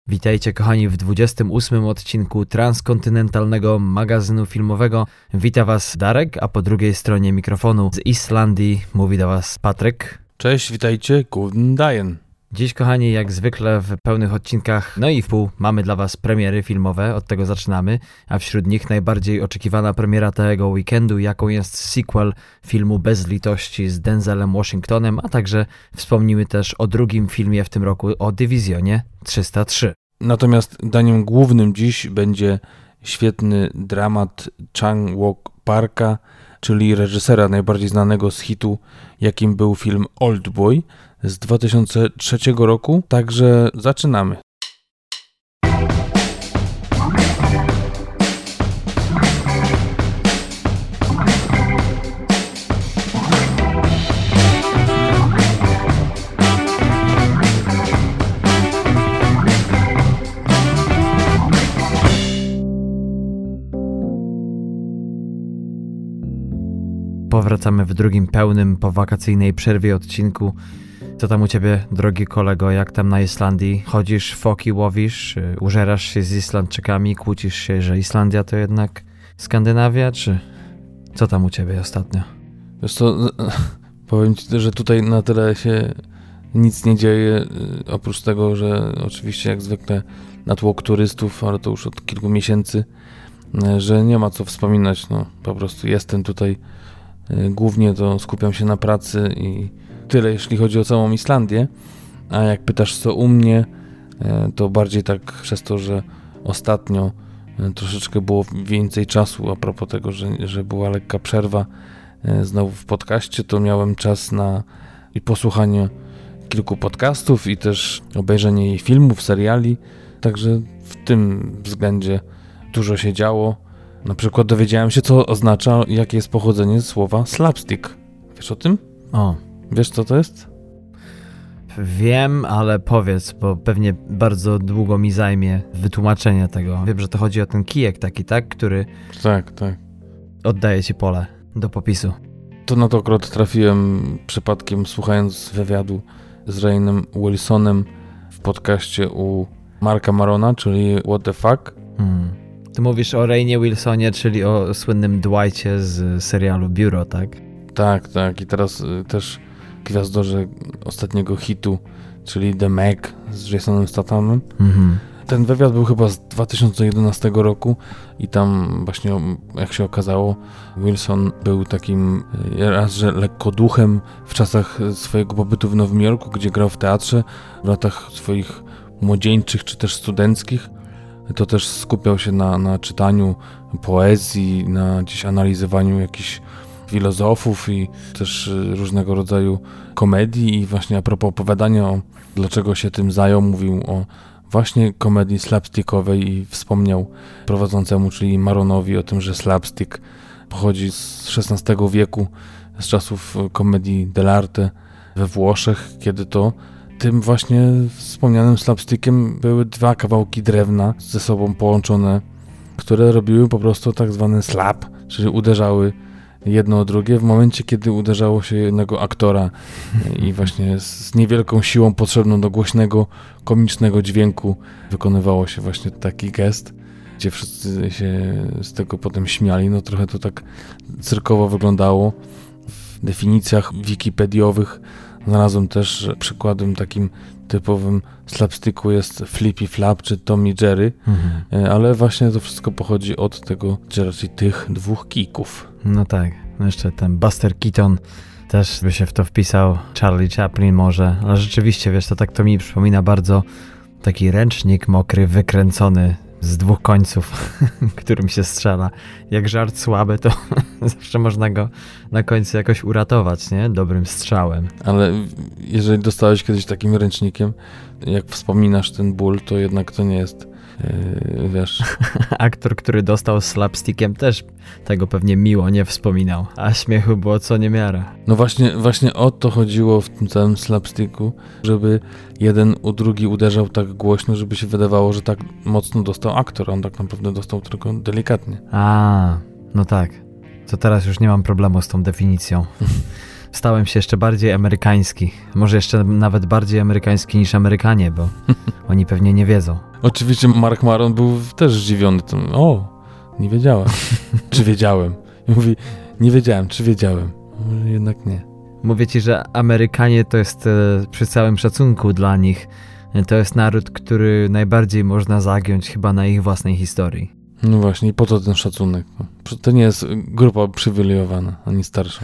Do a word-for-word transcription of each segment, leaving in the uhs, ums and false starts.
Witajcie kochani w dwudziestym ósmym odcinku transkontynentalnego magazynu filmowego. Wita was Darek, a po drugiej stronie mikrofonu z Islandii mówi do was Patryk. Cześć, witajcie, guten Dagen. Dziś kochani, jak zwykle w pełnych odcinkach, no i w pół, mamy dla was premiery filmowe, od tego zaczynamy, a wśród nich najbardziej oczekiwana premiera tego weekendu, jaką jest sequel filmu Bez litości z Denzelem Washingtonem, a także wspomnimy też o drugim filmie w tym roku, o Dywizjonie trzysta trzy. Natomiast daniem głównym dziś będzie świetny dramat Chang-wook Parka, czyli reżysera najbardziej znanego z hitu, jakim był film Oldboy z dwa tysiące trzeciego roku. Także zaczynamy. Powracamy w drugim pełnym po wakacyjnej przerwie odcinku. Co tam u ciebie, drogi kolego, jak tam na Islandii? Chodzisz, foki łowisz, użerasz się z Islandczykami, kłócisz się, że Islandia to jednak Skandynawia, czy co tam u ciebie ostatnio? Wiesz co, powiem ci, że tutaj na tyle się nic nie dzieje, oprócz tego, że oczywiście jak zwykle natłok turystów, ale to już od kilku miesięcy, że nie ma co wspominać, no po prostu jestem tutaj. Głównie to skupiam się na pracy i tyle, jeśli chodzi o całą Islandię. A jak pytasz, co u mnie, to bardziej tak przez to, że ostatnio troszeczkę było więcej czasu a propos tego, że, że była lekka przerwa znowu w podcaście, to miałem czas na i posłuchanie kilku podcastów i też obejrzenie jej filmów, seriali. Także w tym względzie dużo się działo. Na przykład dowiedziałem się, co oznacza, jakie jest pochodzenie słowa slapstick. Wiesz o tym? O. Wiesz, co to jest? Wiem, ale powiedz, bo pewnie bardzo długo mi zajmie wytłumaczenie tego. Wiem, że to chodzi o ten kijek taki, tak? Który Tak, tak. oddaje ci pole do popisu. To na to akurat trafiłem przypadkiem, słuchając wywiadu z Rainem Wilsonem w podcaście u Marka Marona, czyli What the Fuck. Hmm. Ty mówisz o Rainie Wilsonie, czyli o słynnym Dwightie z serialu Biuro, tak? Tak, tak. I teraz y, też gwiazdorze ostatniego hitu, czyli The Meg z Jasonem Stathamem. Mhm. Ten wywiad był chyba z dwa tysiące jedenastego roku i tam właśnie, jak się okazało, Wilson był takim raz, że lekko duchem w czasach swojego pobytu w Nowym Jorku, gdzie grał w teatrze, w latach swoich młodzieńczych czy też studenckich. To też skupiał się na, na czytaniu poezji, na gdzieś analizowaniu jakichś filozofów i też różnego rodzaju komedii. I właśnie a propos opowiadania o dlaczego się tym zajął, mówił o właśnie komedii slapstickowej i wspomniał prowadzącemu, czyli Maronowi, o tym, że slapstick pochodzi z szesnastego wieku, z czasów komedii dell'arte we Włoszech, kiedy to tym właśnie wspomnianym slapstickiem były dwa kawałki drewna ze sobą połączone, które robiły po prostu tak zwany slap, czyli uderzały jedno o drugie w momencie, kiedy uderzało się jednego aktora i właśnie z niewielką siłą potrzebną do głośnego, komicznego dźwięku wykonywało się właśnie taki gest, gdzie wszyscy się z tego potem śmiali. No trochę to tak cyrkowo wyglądało. W definicjach wikipediowych znalazłem też przykładem takim typowym slapsticku jest Flippy Flap czy Tommy Jerry, mhm. ale właśnie to wszystko pochodzi od tego, czy raczej tych dwóch kijków. No tak, no jeszcze ten Buster Keaton też by się w to wpisał, Charlie Chaplin może, ale rzeczywiście, wiesz, to tak to mi przypomina bardzo taki ręcznik mokry, wykręcony z dwóch końców, którym się strzela. Jak żart słaby, to zawsze można go na końcu jakoś uratować, nie? Dobrym strzałem. Ale jeżeli dostałeś kiedyś takim ręcznikiem, jak wspominasz ten ból, to jednak to nie jest, yy, wiesz... Aktor, który dostał slapstickiem, też tego pewnie miło nie wspominał, a śmiechu było co niemiara. No właśnie, właśnie o to chodziło w tym całym slapsticku, żeby jeden u drugi uderzał tak głośno, żeby się wydawało, że tak mocno dostał aktor, a on tak naprawdę dostał tylko delikatnie. A, no tak. To teraz już nie mam problemu z tą definicją. stałem się jeszcze bardziej amerykański. Może jeszcze nawet bardziej amerykański niż Amerykanie, bo oni pewnie nie wiedzą. Oczywiście Mark Maron był też zdziwiony. O, nie wiedziałem. Czy wiedziałem? I mówi, nie wiedziałem, czy wiedziałem. Może jednak nie. Mówię ci, że Amerykanie to jest, e, przy całym szacunku dla nich, to jest naród, który najbardziej można zagiąć chyba na ich własnej historii. No właśnie, i po to ten szacunek. To nie jest grupa uprzywilejowana, ani starsza.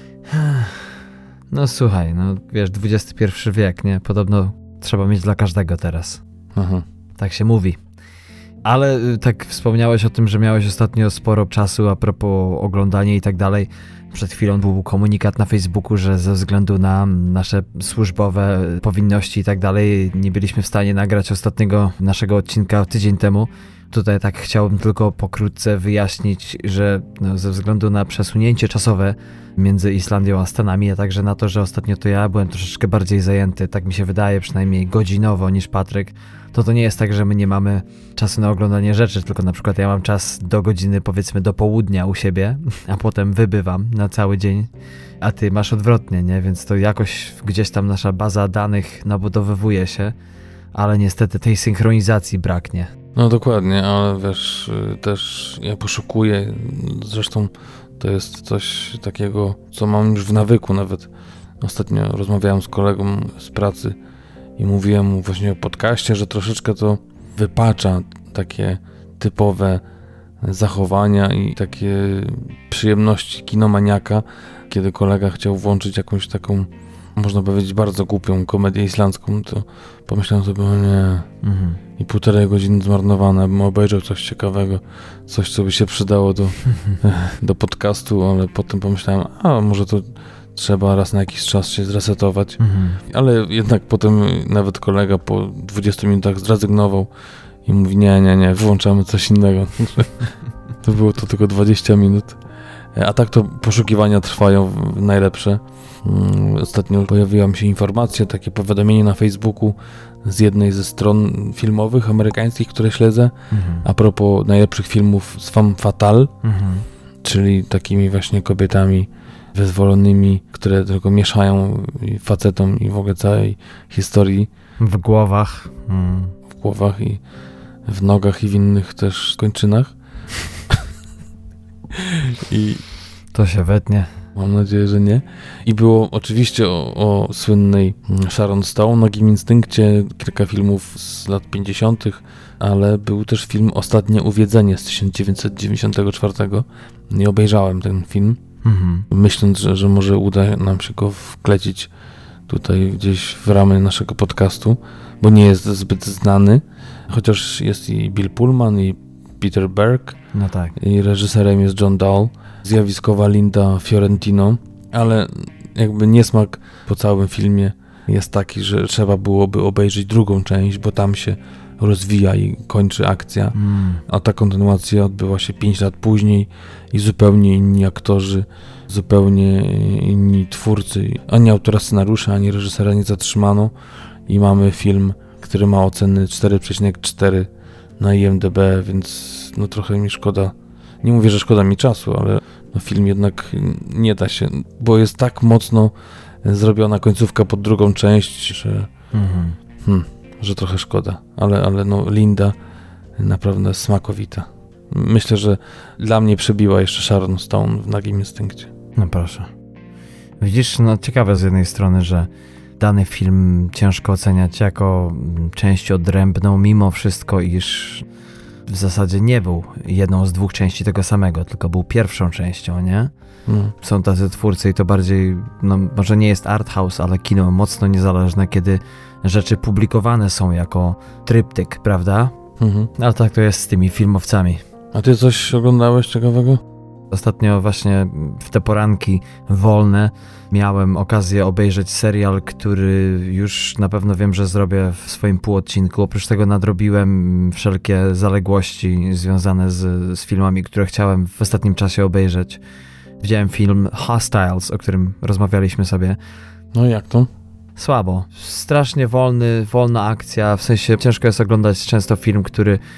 No słuchaj, no wiesz, dwudziesty pierwszy wiek, nie? Podobno trzeba mieć dla każdego teraz. Aha. Tak się mówi. Ale tak wspomniałeś o tym, że miałeś ostatnio sporo czasu a propos oglądania i tak dalej. Przed chwilą był komunikat na Facebooku, że ze względu na nasze służbowe powinności i tak dalej nie byliśmy w stanie nagrać ostatniego naszego odcinka tydzień temu. Tutaj tak chciałbym tylko pokrótce wyjaśnić, że no, ze względu na przesunięcie czasowe między Islandią a Stanami, a także na to, że ostatnio to ja byłem troszeczkę bardziej zajęty, tak mi się wydaje, przynajmniej godzinowo niż Patryk, to to nie jest tak, że my nie mamy czasu na oglądanie rzeczy, tylko na przykład ja mam czas do godziny, powiedzmy do południa u siebie, a potem wybywam na cały dzień, a ty masz odwrotnie, nie? Więc to jakoś gdzieś tam nasza baza danych nabudowywuje się, ale niestety tej synchronizacji braknie. No dokładnie, ale wiesz, też ja poszukuję, zresztą to jest coś takiego, co mam już w nawyku nawet. Ostatnio rozmawiałem z kolegą z pracy i mówiłem mu właśnie o podcaście, że troszeczkę to wypacza takie typowe zachowania i takie przyjemności kinomaniaka, kiedy kolega chciał włączyć jakąś taką, można powiedzieć, bardzo głupią komedię islandzką, to pomyślałem sobie, o nie, mhm. i półtorej godziny zmarnowane, bym obejrzał coś ciekawego, coś, co by się przydało do, do podcastu, ale potem pomyślałem, a może to trzeba raz na jakiś czas się zresetować, mhm. ale jednak potem nawet kolega po dwudziestu minutach zrezygnował i mówi, nie, nie, nie, włączamy coś innego. To było to tylko dwadzieścia minut. A tak to poszukiwania trwają najlepsze. Ostatnio pojawiła mi się informacja, takie powiadomienie na Facebooku z jednej ze stron filmowych amerykańskich, które śledzę, mhm. a propos najlepszych filmów z femme fatale, mhm. czyli takimi właśnie kobietami wyzwolonymi, które tylko mieszają facetom i w ogóle całej historii. W głowach. Mm. W głowach i w nogach i w innych też kończynach. I to się wetnie. Mam nadzieję, że nie. I było oczywiście o, o słynnej Sharon Stone, Nagim Instynkcie, kilka filmów z lat pięćdziesiątych, ale był też film Ostatnie Uwiedzenie z tysiąc dziewięćset dziewięćdziesiątego czwartego. Nie obejrzałem ten film, mhm. myśląc, że, że może uda nam się go wklecić tutaj gdzieś w ramy naszego podcastu, bo nie jest zbyt znany, chociaż jest i Bill Pullman, i Peter Berg, no tak. i reżyserem jest John Dahl, zjawiskowa Linda Fiorentino, ale jakby niesmak po całym filmie jest taki, że trzeba byłoby obejrzeć drugą część, bo tam się rozwija i kończy akcja, mm. a ta kontynuacja odbyła się pięć lat później i zupełnie inni aktorzy, zupełnie inni twórcy, ani autora scenariusza, ani reżysera nie zatrzymano i mamy film, który ma oceny cztery przecinek cztery na I M D B, więc no trochę mi szkoda. Nie mówię, że szkoda mi czasu, ale no film jednak nie da się, bo jest tak mocno zrobiona końcówka pod drugą część, że, mhm. hmm, że trochę szkoda. Ale, ale no Linda naprawdę smakowita. Myślę, że dla mnie przebiła jeszcze Sharon Stone w Nagim Instynkcie. No proszę. Widzisz, no ciekawe z jednej strony, że dany film ciężko oceniać jako część odrębną, mimo wszystko, iż w zasadzie nie był jedną z dwóch części tego samego, tylko był pierwszą częścią, nie? Mm. Są tacy twórcy i to bardziej, no może nie jest art house, ale kino mocno niezależne, kiedy rzeczy publikowane są jako tryptyk, prawda? Mhm. Ale tak to jest z tymi filmowcami. A ty coś oglądałeś ciekawego? Ostatnio właśnie w te poranki wolne miałem okazję obejrzeć serial, który już na pewno wiem, że zrobię w swoim półodcinku. Oprócz tego nadrobiłem wszelkie zaległości związane z, z filmami, które chciałem w ostatnim czasie obejrzeć. Widziałem film Hostiles, o którym rozmawialiśmy sobie. No jak to? Słabo. Strasznie wolny, wolna akcja, w sensie ciężko jest oglądać często film, który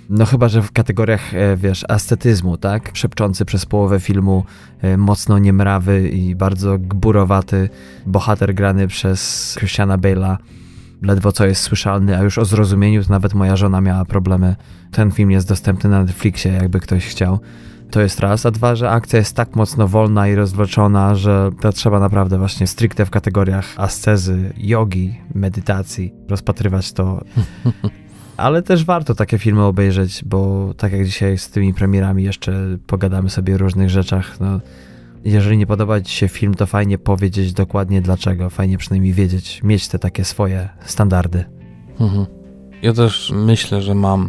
No chyba, że w kategoriach, wiesz, estetyzmu, tak? Szepczący przez połowę filmu, mocno niemrawy i bardzo gburowaty bohater grany przez Christiana Bale'a. Ledwo co jest słyszalny, a już o zrozumieniu to nawet moja żona miała problemy. Ten film jest dostępny na Netflixie, jakby ktoś chciał. To jest raz, a dwa, że akcja jest tak mocno wolna i rozwleczona, że to trzeba naprawdę właśnie stricte w kategoriach ascezy, jogi, medytacji rozpatrywać to. Ale też warto takie filmy obejrzeć, bo tak jak dzisiaj z tymi premierami jeszcze pogadamy sobie o różnych rzeczach. No, jeżeli nie podoba ci się film, to fajnie powiedzieć dokładnie dlaczego. Fajnie przynajmniej wiedzieć, mieć te takie swoje standardy. Mhm. Ja też myślę, że mam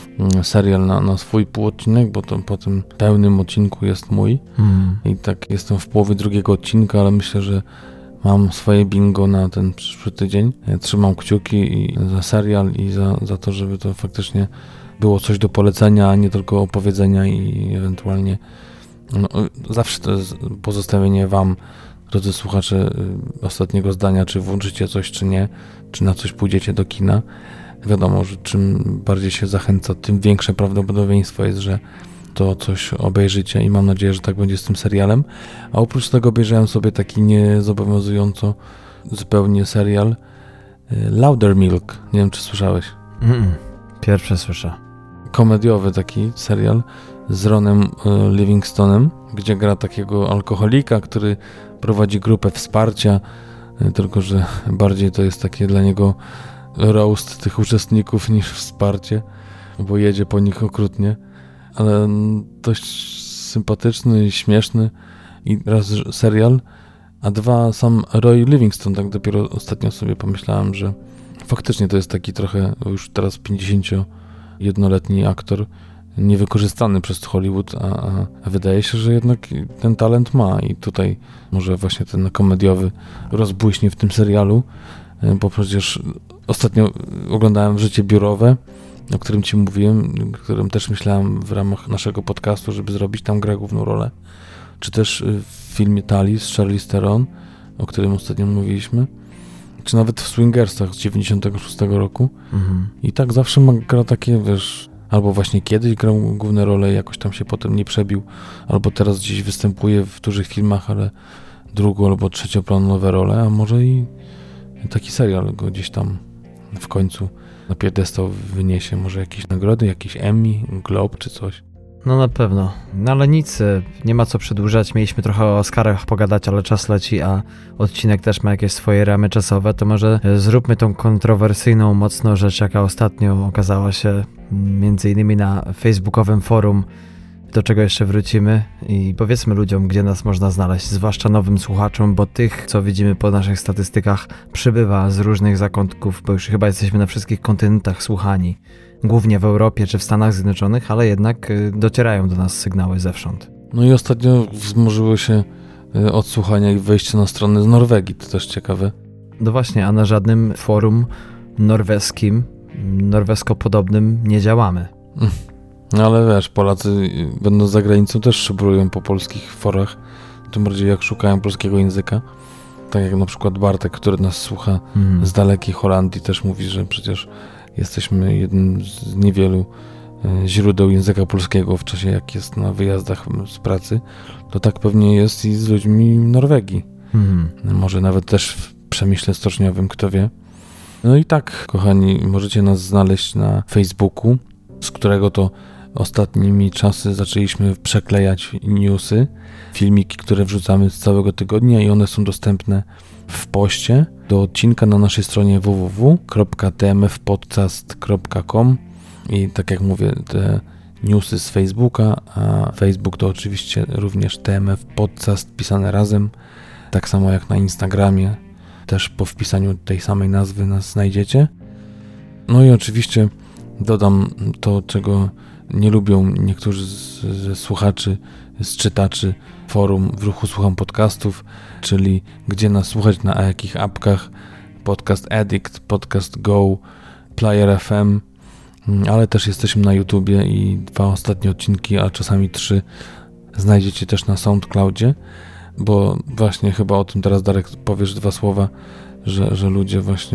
serial na, na swój półodcinek, bo to po tym pełnym odcinku jest mój. Mhm. I tak jestem w połowie drugiego odcinka, ale myślę, że mam swoje bingo na ten przyszły tydzień. Ja trzymam kciuki i za serial i za, za to, żeby to faktycznie było coś do polecenia, a nie tylko opowiedzenia i ewentualnie no, zawsze to jest pozostawienie wam, drodzy słuchacze, ostatniego zdania, czy włączycie coś, czy nie, czy na coś pójdziecie do kina. Wiadomo, że czym bardziej się zachęca, tym większe prawdopodobieństwo jest, że to coś obejrzycie i mam nadzieję, że tak będzie z tym serialem. A oprócz tego obejrzałem sobie taki niezobowiązująco zupełnie serial Loudermilk. Nie wiem, czy słyszałeś? Mm, pierwsze słyszę. Komediowy taki serial z Ronem Livingstonem, gdzie gra takiego alkoholika, który prowadzi grupę wsparcia, tylko że bardziej to jest takie dla niego roast tych uczestników niż wsparcie, bo jedzie po nich okrutnie. Ale dość sympatyczny i śmieszny i raz serial, a dwa sam Roy Livingston. Tak dopiero ostatnio sobie pomyślałem, że faktycznie to jest taki trochę już teraz pięćdziesięciojednoletni aktor, niewykorzystany przez Hollywood, a, a wydaje się, że jednak ten talent ma i tutaj może właśnie ten komediowy rozbłyśnie w tym serialu, bo przecież ostatnio oglądałem Życie biurowe, o którym ci mówiłem, o którym też myślałem w ramach naszego podcastu, żeby zrobić, tam gra główną rolę. Czy też w filmie Tali z Charlize Theron, o którym ostatnio mówiliśmy. Czy nawet w Swingersach z dziewięćdziesiątego szóstego roku. Mhm. I tak zawsze ma, gra takie, wiesz, albo właśnie kiedyś grał główne role, jakoś tam się potem nie przebił, albo teraz gdzieś występuje w dużych filmach, ale drugo- albo trzecioplanowe role, a może i taki serial go gdzieś tam w końcu na piedestał wyniesie, może jakieś nagrody, jakieś Emmy, Globe czy coś. No na pewno. No ale nic, nie ma co przedłużać. Mieliśmy trochę o Oscarach pogadać, ale czas leci, a odcinek też ma jakieś swoje ramy czasowe. To może zróbmy tą kontrowersyjną mocno rzecz, jaka ostatnio okazała się między innymi na facebookowym forum, do czego jeszcze wrócimy i powiedzmy ludziom, gdzie nas można znaleźć, zwłaszcza nowym słuchaczom, bo tych, co widzimy po naszych statystykach, przybywa z różnych zakątków, bo już chyba jesteśmy na wszystkich kontynentach słuchani, głównie w Europie czy w Stanach Zjednoczonych, ale jednak docierają do nas sygnały zewsząd. No i ostatnio wzmożyły się odsłuchania i wejście na strony z Norwegii, to też ciekawe. No właśnie, a na żadnym forum norweskim, norwesko-podobnym nie działamy. No ale wiesz, Polacy będąc za granicą też szybrują po polskich forach, tym bardziej jak szukają polskiego języka. Tak jak na przykład Bartek, który nas słucha hmm. z dalekiej Holandii, też mówi, że przecież jesteśmy jednym z niewielu źródeł języka polskiego w czasie jak jest na wyjazdach z pracy. To tak pewnie jest i z ludźmi Norwegii. Hmm. Może nawet też w przemyśle stoczniowym, kto wie. No i tak, kochani, możecie nas znaleźć na Facebooku, z którego to ostatnimi czasy zaczęliśmy przeklejać newsy, filmiki, które wrzucamy z całego tygodnia i one są dostępne w poście do odcinka na naszej stronie w w w kropka t m f podcast kropka com i tak jak mówię, te newsy z Facebooka, a Facebook to oczywiście również T M F Podcast pisane razem, tak samo jak na Instagramie, też po wpisaniu tej samej nazwy nas znajdziecie. No i oczywiście dodam to, czego nie lubią niektórzy z, ze słuchaczy, z czytaczy forum W Ruchu Słucham Podcastów, czyli gdzie nas słuchać, na jakich apkach, Podcast Addict, Podcast Go, Player F M, ale też jesteśmy na YouTubie i dwa ostatnie odcinki, a czasami trzy znajdziecie też na SoundCloudzie, bo właśnie chyba o tym teraz, Darek, powiesz dwa słowa, że, że ludzie właśnie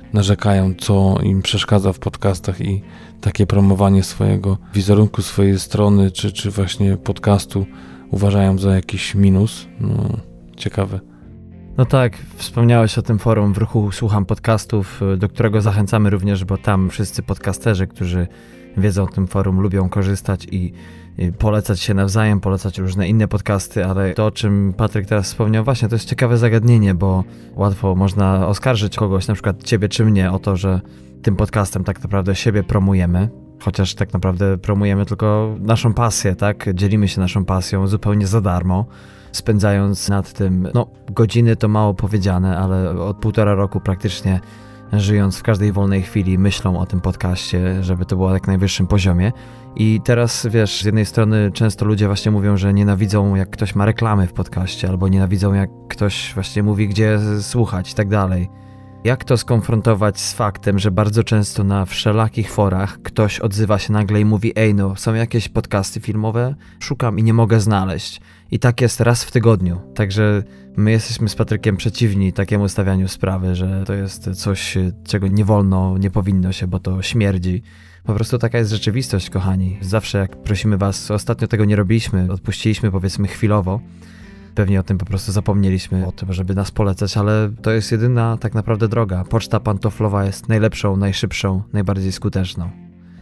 narzekają, co im przeszkadza w podcastach i takie promowanie swojego wizerunku, swojej strony, czy, czy właśnie podcastu uważają za jakiś minus. No, ciekawe. No tak, wspomniałeś o tym forum w ruchu Słucham Podcastów, do którego zachęcamy również, bo tam wszyscy podcasterzy, którzy wiedzą o tym forum, lubią korzystać i polecać się nawzajem, polecać różne inne podcasty, ale to, o czym Patryk teraz wspomniał, właśnie to jest ciekawe zagadnienie, bo łatwo można oskarżyć kogoś, na przykład ciebie czy mnie, o to, że tym podcastem tak naprawdę siebie promujemy, chociaż tak naprawdę promujemy tylko naszą pasję, tak? Dzielimy się naszą pasją zupełnie za darmo, spędzając nad tym, no godziny to mało powiedziane, ale od półtora roku praktycznie żyjąc w każdej wolnej chwili myślą o tym podcaście, żeby to było na jak najwyższym poziomie. I teraz, wiesz, z jednej strony często ludzie właśnie mówią, że nienawidzą, jak ktoś ma reklamy w podcaście, albo nienawidzą, jak ktoś właśnie mówi, gdzie słuchać i tak dalej. Jak to skonfrontować z faktem, że bardzo często na wszelakich forach ktoś odzywa się nagle i mówi: ej, no, są jakieś podcasty filmowe? Szukam i nie mogę znaleźć. I tak jest raz w tygodniu. Także my jesteśmy z Patrykiem przeciwni takiemu stawianiu sprawy, że to jest coś, czego nie wolno, nie powinno się, bo to śmierdzi. Po prostu taka jest rzeczywistość, kochani. Zawsze jak prosimy was, ostatnio tego nie robiliśmy, odpuściliśmy powiedzmy chwilowo. Pewnie o tym po prostu zapomnieliśmy, o tym, żeby nas polecać, ale to jest jedyna tak naprawdę droga. Poczta pantoflowa jest najlepszą, najszybszą, najbardziej skuteczną.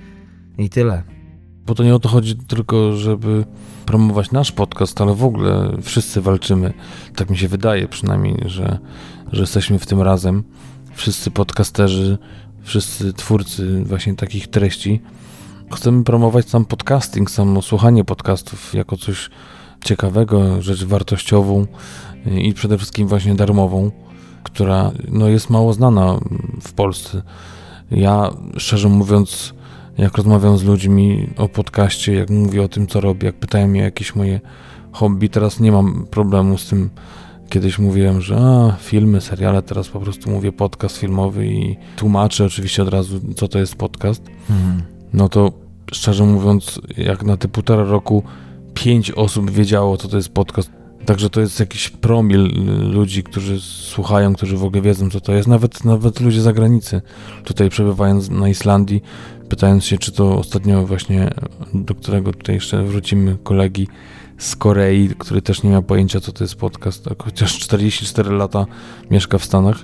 I tyle. Bo to nie o to chodzi tylko, żeby promować nasz podcast, ale w ogóle wszyscy walczymy. Tak mi się wydaje przynajmniej, że, że jesteśmy w tym razem. Wszyscy podcasterzy, wszyscy twórcy właśnie takich treści. Chcemy promować sam podcasting, samo słuchanie podcastów jako coś ciekawego, rzecz wartościową i przede wszystkim właśnie darmową, która no, jest mało znana w Polsce. Ja, szczerze mówiąc, jak rozmawiam z ludźmi o podcaście, jak mówię o tym, co robię, jak pytają mnie o jakieś moje hobby, teraz nie mam problemu z tym. Kiedyś mówiłem, że a, filmy, seriale, teraz po prostu mówię podcast filmowy i tłumaczę oczywiście od razu, co to jest podcast. Mhm. No to szczerze mówiąc, jak na te półtora roku pięć osób wiedziało, co to jest podcast. Także to jest jakiś promil ludzi, którzy słuchają, którzy w ogóle wiedzą, co to jest. Nawet, nawet ludzie z zagranicy. Tutaj przebywając na Islandii, pytając się, czy to ostatnio właśnie, do którego tutaj jeszcze wrócimy, kolegi z Korei, który też nie miał pojęcia, co to jest podcast, chociaż czterdzieści cztery lata mieszka w Stanach,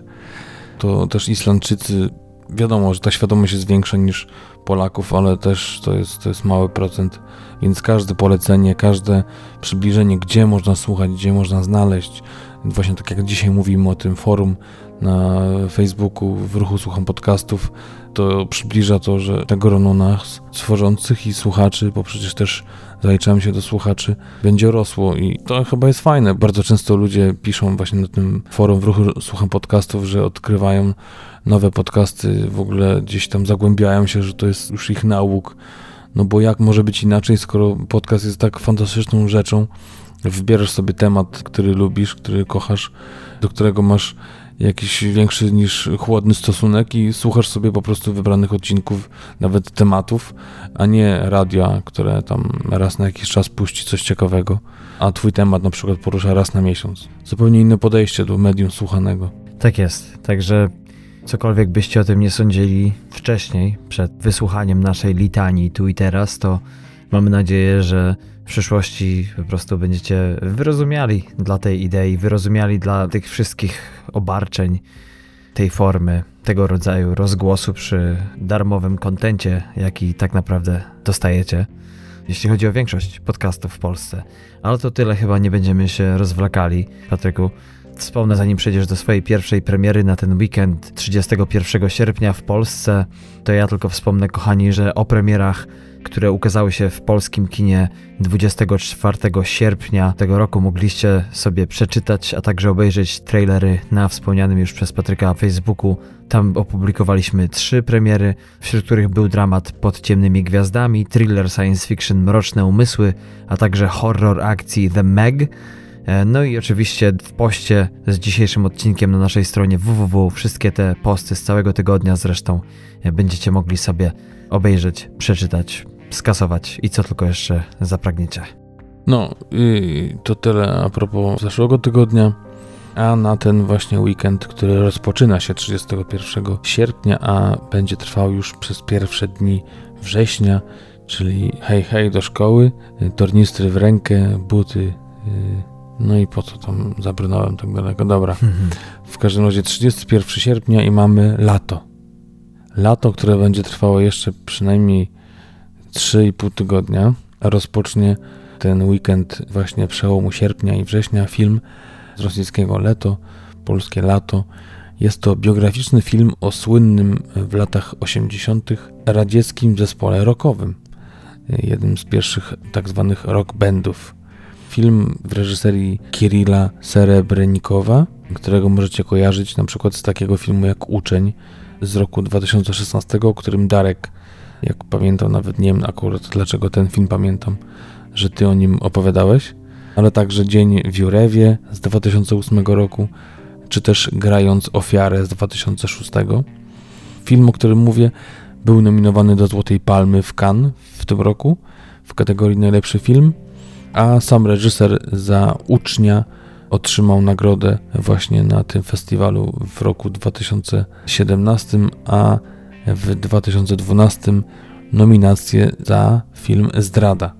to też Islandczycy, wiadomo, że ta świadomość jest większa niż Polaków, ale też to jest, to jest mały procent, więc każde polecenie, każde przybliżenie, gdzie można słuchać, gdzie można znaleźć, właśnie tak jak dzisiaj mówimy o tym forum na Facebooku w ruchu Słucham Podcastów, to przybliża to, że te grono nas tworzących i słuchaczy, bo przecież też zaliczamy się do słuchaczy, będzie rosło i to chyba jest fajne. Bardzo często ludzie piszą właśnie na tym forum w ruchu Słucham Podcastów, że odkrywają nowe podcasty, w ogóle gdzieś tam zagłębiają się, że to jest już ich nauk. No bo jak może być inaczej, skoro podcast jest tak fantastyczną rzeczą, wybierasz sobie temat, który lubisz, który kochasz, do którego masz jakiś większy niż chłodny stosunek i słuchasz sobie po prostu wybranych odcinków, nawet tematów, a nie radia, które tam raz na jakiś czas puści coś ciekawego, a twój temat na przykład porusza raz na miesiąc. Zupełnie inne podejście do medium słuchanego. Tak jest, także cokolwiek byście o tym nie sądzili wcześniej, przed wysłuchaniem naszej litanii tu i teraz, to mamy nadzieję, że w przyszłości po prostu będziecie wyrozumiali dla tej idei, wyrozumiali dla tych wszystkich obarczeń tej formy, tego rodzaju rozgłosu przy darmowym kontencie, jaki tak naprawdę dostajecie, jeśli chodzi o większość podcastów w Polsce. Ale to tyle, chyba nie będziemy się rozwlekali. Patryku, wspomnę, zanim przejdziesz do swojej pierwszej premiery na ten weekend trzydziestego pierwszego sierpnia w Polsce, to ja tylko wspomnę, kochani, że o premierach, które ukazały się w polskim kinie dwudziestego czwartego sierpnia tego roku, mogliście sobie przeczytać, a także obejrzeć trailery na wspomnianym już przez Patryka Facebooku. Tam opublikowaliśmy trzy premiery, wśród których był dramat Pod ciemnymi gwiazdami, thriller science fiction Mroczne umysły, a także horror akcji The Meg. No i oczywiście w poście z dzisiejszym odcinkiem na naszej stronie www. Wszystkie te posty z całego tygodnia zresztą będziecie mogli sobie obejrzeć, przeczytać, skasować i co tylko jeszcze zapragniecie. No i to tyle a propos zeszłego tygodnia. A na ten właśnie weekend, który rozpoczyna się trzydziestego pierwszego sierpnia, a będzie trwał już przez pierwsze dni września, czyli hej hej do szkoły, tornistry w rękę, buty, no i po co tam zabrnąłem tak daleko, dobra. W każdym razie trzydziestego pierwszego sierpnia i mamy lato. Lato, które będzie trwało jeszcze przynajmniej trzy i pół tygodnia, a rozpocznie ten weekend właśnie przełomu sierpnia i września film z rosyjskiego Leto, polskie Lato. Jest to biograficzny film o słynnym w latach osiemdziesiątych radzieckim zespole rockowym, jednym z pierwszych tak zwanych rock bandów. Film w reżyserii Kirilla Serebrenikowa, którego możecie kojarzyć na przykład z takiego filmu jak Uczeń z roku dwa tysiące szesnastego, o którym Darek, jak pamiętam, nawet nie wiem akurat dlaczego ten film pamiętam, że ty o nim opowiadałeś, ale także Dzień w Jurewie z dwa tysiące ósmego roku, czy też Grając ofiarę z dwa tysiące szóstego. Film, o którym mówię, był nominowany do Złotej Palmy w Cannes w tym roku w kategorii najlepszy film, a sam reżyser za Ucznia otrzymał nagrodę właśnie na tym festiwalu w roku dwa tysiące siedemnastym, a w dwa tysiące dwunastym nominację za film Zdrada.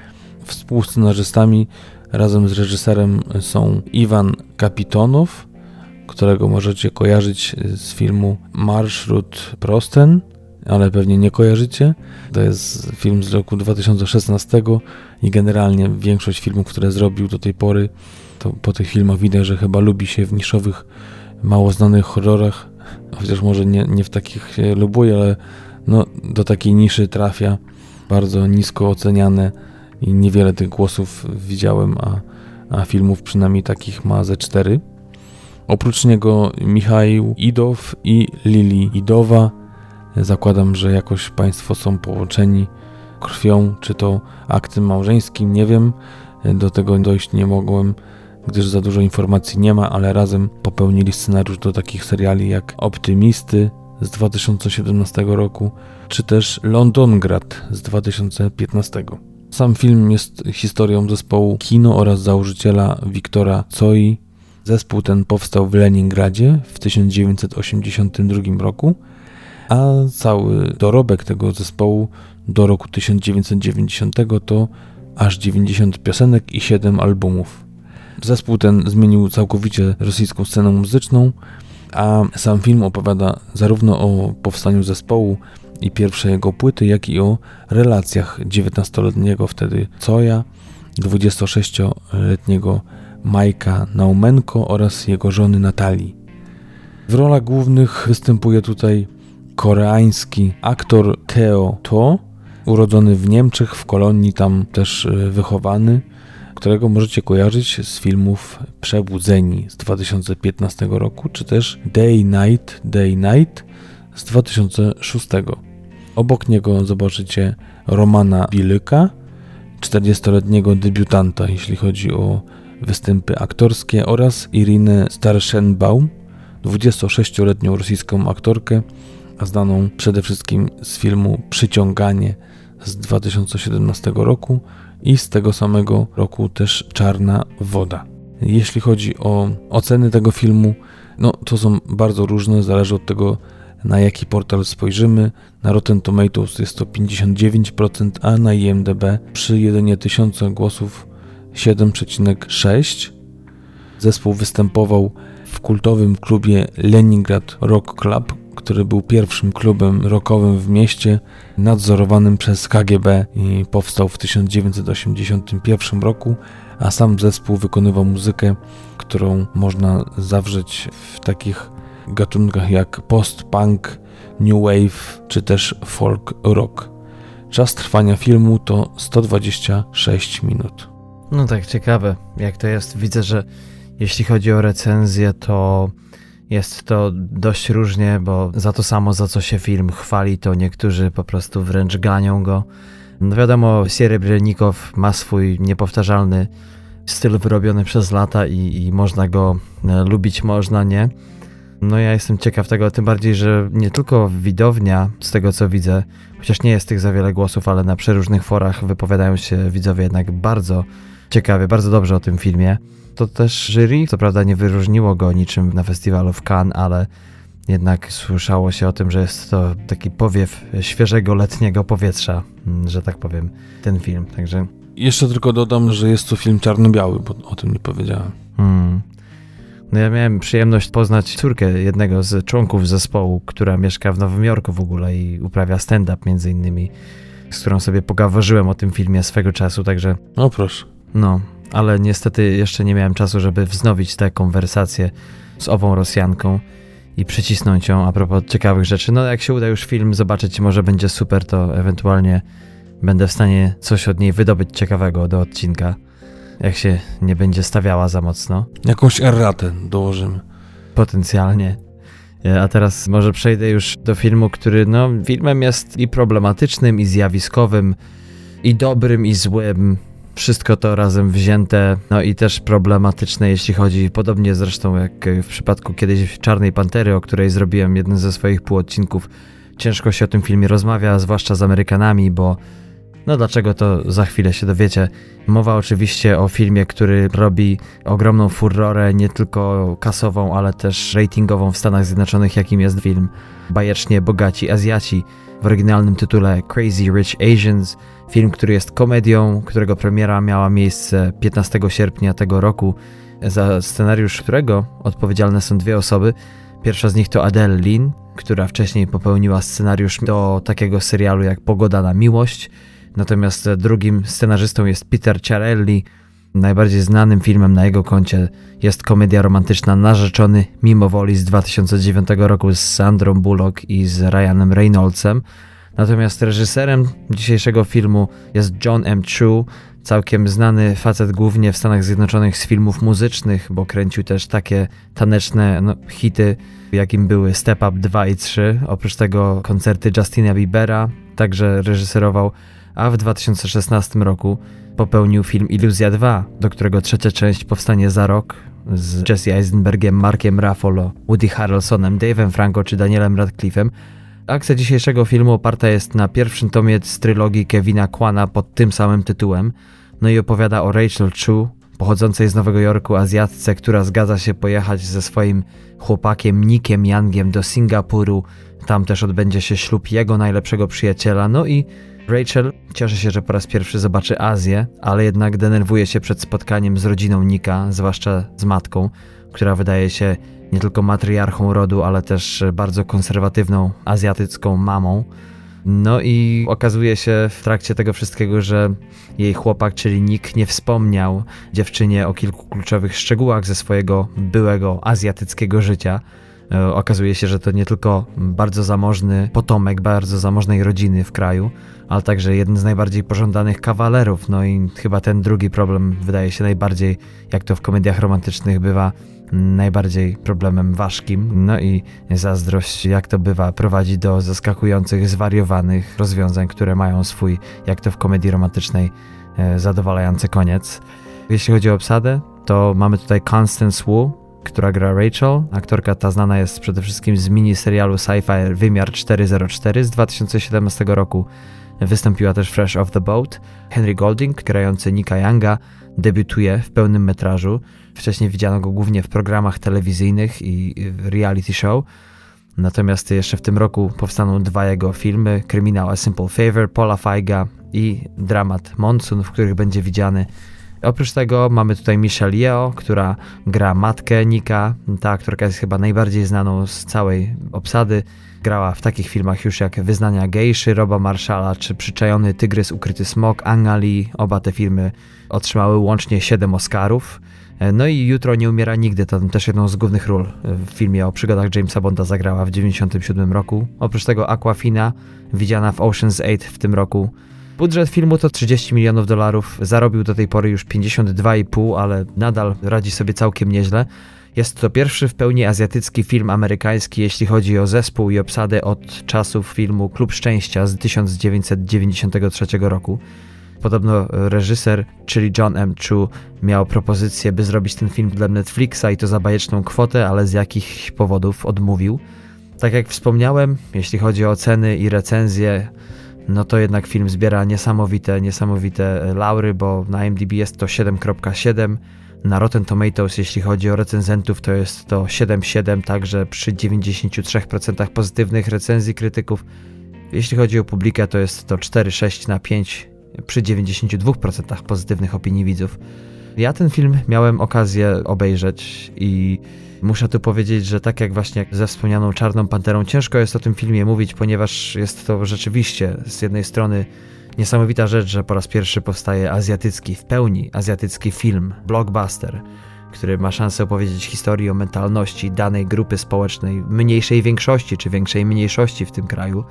Współscenarzystami razem z reżyserem są Iwan Kapitonow, którego możecie kojarzyć z filmu Marszrut Prosten, ale pewnie nie kojarzycie. To jest film z roku dwa tysiące szesnastego i generalnie większość filmów, które zrobił do tej pory, to po tych filmach widać, że chyba lubi się w niszowych, mało znanych horrorach, chociaż może nie, nie w takich się lubuje, ale no, do takiej niszy trafia, bardzo nisko oceniane i niewiele tych głosów widziałem, a, a filmów przynajmniej takich ma ze cztery. Oprócz niego Michał Idow i Lili Idowa. Zakładam, że jakoś Państwo są połączeni krwią, czy to aktem małżeńskim, nie wiem. Do tego dojść nie mogłem, gdyż za dużo informacji nie ma, ale razem popełnili scenariusz do takich seriali jak Optymisty z dwa tysiące siedemnastego roku, czy też Londongrad z dwa tysiące piętnastego. Sam film jest historią zespołu Kino oraz założyciela Wiktora Tsoi. Zespół ten powstał w Leningradzie w tysiąc dziewięćset osiemdziesiątym drugim roku, a cały dorobek tego zespołu do roku tysiąc dziewięćset dziewięćdziesiątego to aż dziewięćdziesiąt piosenek i siedem albumów. Zespół ten zmienił całkowicie rosyjską scenę muzyczną, a sam film opowiada zarówno o powstaniu zespołu i pierwszej jego płyty, jak i o relacjach dziewiętnastoletniego wtedy Tsoja, dwudziestosześcioletniego Majka Naumenko oraz jego żony Natalii. W rolach głównych występuje tutaj koreański aktor Teo To, urodzony w Niemczech, w Kolonii, tam też wychowany, którego możecie kojarzyć z filmów Przebudzeni z dwa tysiące piętnastego roku, czy też Day Night, Day Night z dwa tysiące szóstego. Obok niego zobaczycie Romana Bilyka, czterdziestoletniego debiutanta, jeśli chodzi o występy aktorskie, oraz Irinę Starszenbaum, dwudziestosześcioletnią rosyjską aktorkę, a znaną przede wszystkim z filmu Przyciąganie z dwa tysiące siedemnastego roku i z tego samego roku też Czarna woda. Jeśli chodzi o oceny tego filmu, no to są bardzo różne, zależy od tego, na jaki portal spojrzymy. Na Rotten Tomatoes jest to pięćdziesiąt dziewięć procent, a na I M D B przy jedynie tysiącu głosów siedem przecinek sześć. Zespół występował w kultowym klubie Leningrad Rock Club, który był pierwszym klubem rockowym w mieście, nadzorowanym przez K G B i powstał w tysiąc dziewięćset osiemdziesiątym pierwszym roku, a sam zespół wykonywał muzykę, którą można zawrzeć w takich gatunkach jak post-punk, new wave czy też folk rock. Czas trwania filmu to sto dwadzieścia sześć minut. No tak, ciekawe jak to jest. Widzę, że jeśli chodzi o recenzję, to jest to dość różnie, bo za to samo, za co się film chwali, to niektórzy po prostu wręcz ganią go. No wiadomo, Serebrenikow ma swój niepowtarzalny styl wyrobiony przez lata i, i można go lubić, można nie. No ja jestem ciekaw tego, tym bardziej, że nie tylko widownia, z tego co widzę, chociaż nie jest tych za wiele głosów, ale na przeróżnych forach wypowiadają się widzowie jednak bardzo ciekawie, bardzo dobrze o tym filmie. To też jury, co prawda nie wyróżniło go niczym na festiwalu w Cannes, ale jednak słyszało się o tym, że jest to taki powiew świeżego, letniego powietrza, że tak powiem, ten film, także... Jeszcze tylko dodam, że jest to film czarno-biały, bo o tym nie powiedziałem. Hmm. No ja miałem przyjemność poznać córkę jednego z członków zespołu, która mieszka w Nowym Jorku w ogóle i uprawia stand-up między innymi, z którą sobie pogaworzyłem o tym filmie swego czasu, także... No proszę. No, ale niestety jeszcze nie miałem czasu, żeby wznowić tę konwersację z ową Rosjanką i przycisnąć ją a propos ciekawych rzeczy. No jak się uda już film zobaczyć, może będzie super, to ewentualnie będę w stanie coś od niej wydobyć ciekawego do odcinka, jak się nie będzie stawiała za mocno. Jakąś erratę dołożymy. Potencjalnie. A teraz może przejdę już do filmu, który no filmem jest i problematycznym, i zjawiskowym, i dobrym, i złym. Wszystko to razem wzięte, no i też problematyczne, jeśli chodzi, podobnie zresztą jak w przypadku kiedyś Czarnej Pantery, o której zrobiłem jeden ze swoich półodcinków. Ciężko się o tym filmie rozmawia, zwłaszcza z Amerykanami, bo no dlaczego, to za chwilę się dowiecie. Mowa oczywiście o filmie, który robi ogromną furorę, nie tylko kasową, ale też ratingową w Stanach Zjednoczonych, jakim jest film Bajecznie Bogaci Azjaci, w oryginalnym tytule Crazy Rich Asians. Film, który jest komedią, którego premiera miała miejsce piętnastego sierpnia tego roku, za scenariusz którego odpowiedzialne są dwie osoby. Pierwsza z nich to Adele Lin, która wcześniej popełniła scenariusz do takiego serialu jak Pogoda na miłość. Natomiast drugim scenarzystą jest Peter Chiarelli. Najbardziej znanym filmem na jego koncie jest komedia romantyczna Narzeczony mimo woli z dwa tysiące dziewiątego roku z Sandrą Bullock i z Ryanem Reynoldsem. Natomiast reżyserem dzisiejszego filmu jest John M. Chu, całkiem znany facet głównie w Stanach Zjednoczonych z filmów muzycznych, bo kręcił też takie taneczne no, hity, jakim były Step Up dwa i trzy. Oprócz tego koncerty Justina Biebera także reżyserował, a w dwa tysiące szesnastym roku popełnił film Iluzja dwa, do którego trzecia część powstanie za rok, z Jesse Eisenbergiem, Markiem Ruffalo, Woody Harrelsonem, Dave'em Franco czy Danielem Radcliffe'em. Akcja dzisiejszego filmu oparta jest na pierwszym tomie z trylogii Kevina Kwana pod tym samym tytułem, no i opowiada o Rachel Chu, pochodzącej z Nowego Jorku Azjatce, która zgadza się pojechać ze swoim chłopakiem Nickiem Youngiem do Singapuru. Tam też odbędzie się ślub jego najlepszego przyjaciela, no i Rachel cieszy się, że po raz pierwszy zobaczy Azję, ale jednak denerwuje się przed spotkaniem z rodziną Nicka, zwłaszcza z matką, która wydaje się nie tylko matriarchą rodu, ale też bardzo konserwatywną azjatycką mamą. No i okazuje się w trakcie tego wszystkiego, że jej chłopak, czyli Nick, nie wspomniał dziewczynie o kilku kluczowych szczegółach ze swojego byłego azjatyckiego życia. Okazuje się, że to nie tylko bardzo zamożny potomek bardzo zamożnej rodziny w kraju, ale także jeden z najbardziej pożądanych kawalerów. No i chyba ten drugi problem wydaje się najbardziej, jak to w komediach romantycznych bywa, najbardziej problemem ważkim. No i zazdrość, jak to bywa, prowadzi do zaskakujących, zwariowanych rozwiązań, które mają swój, jak to w komedii romantycznej, zadowalający koniec. Jeśli chodzi o obsadę, to mamy tutaj Constance Wu, która gra Rachel. Aktorka ta znana jest przede wszystkim z miniserialu sci-fi Wymiar cztery zero cztery z dwa tysiące siedemnastego roku. Wystąpiła też Fresh Off the Boat. Henry Golding, grający Nicka Younga, debiutuje w pełnym metrażu. Wcześniej widziano go głównie w programach telewizyjnych i reality show. Natomiast jeszcze w tym roku powstaną dwa jego filmy, kryminał A Simple Favor Paula Feiga i dramat Monsoon, w których będzie widziany. Oprócz tego mamy tutaj Michelle Yeoh, która gra matkę Nicka. Ta aktorka jest chyba najbardziej znaną z całej obsady. Grała w takich filmach już jak Wyznania gejszy Roba Marshalla czy Przyczajony tygrys, ukryty smok Anga Lee. Oba te filmy otrzymały łącznie siedem Oscarów. No i Jutro nie umiera nigdy, to też jedną z głównych ról w filmie o przygodach Jamesa Bonda zagrała w dziewięćdziesiątym siódmym roku. Oprócz tego Awkwafina, widziana w Ocean's Eight w tym roku. Budżet filmu to trzydzieści milionów dolarów, zarobił do tej pory już pięćdziesiąt dwa i pół, ale nadal radzi sobie całkiem nieźle. Jest to pierwszy w pełni azjatycki film amerykański, jeśli chodzi o zespół i obsadę od czasów filmu Klub Szczęścia z tysiąc dziewięćset dziewięćdziesiątego trzeciego roku. Podobno reżyser, czyli John M. Chu, miał propozycję, by zrobić ten film dla Netflixa i to za bajeczną kwotę, ale z jakichś powodów odmówił. Tak jak wspomniałem, jeśli chodzi o oceny i recenzje, no to jednak film zbiera niesamowite, niesamowite laury, bo na I M D B jest to siedem przecinek siedem, na Rotten Tomatoes, jeśli chodzi o recenzentów, to jest to siedem przecinek siedem, także przy dziewięćdziesiąt trzy procent pozytywnych recenzji krytyków. Jeśli chodzi o publikę, to jest to cztery przecinek sześć na pięć przy dziewięćdziesiąt dwa procent pozytywnych opinii widzów. Ja ten film miałem okazję obejrzeć i muszę tu powiedzieć, że tak jak właśnie ze wspomnianą Czarną Panterą, ciężko jest o tym filmie mówić, ponieważ jest to rzeczywiście z jednej strony niesamowita rzecz, że po raz pierwszy powstaje azjatycki, w pełni azjatycki film, blockbuster, który ma szansę opowiedzieć historię o mentalności danej grupy społecznej, mniejszej większości czy większej mniejszości w tym kraju,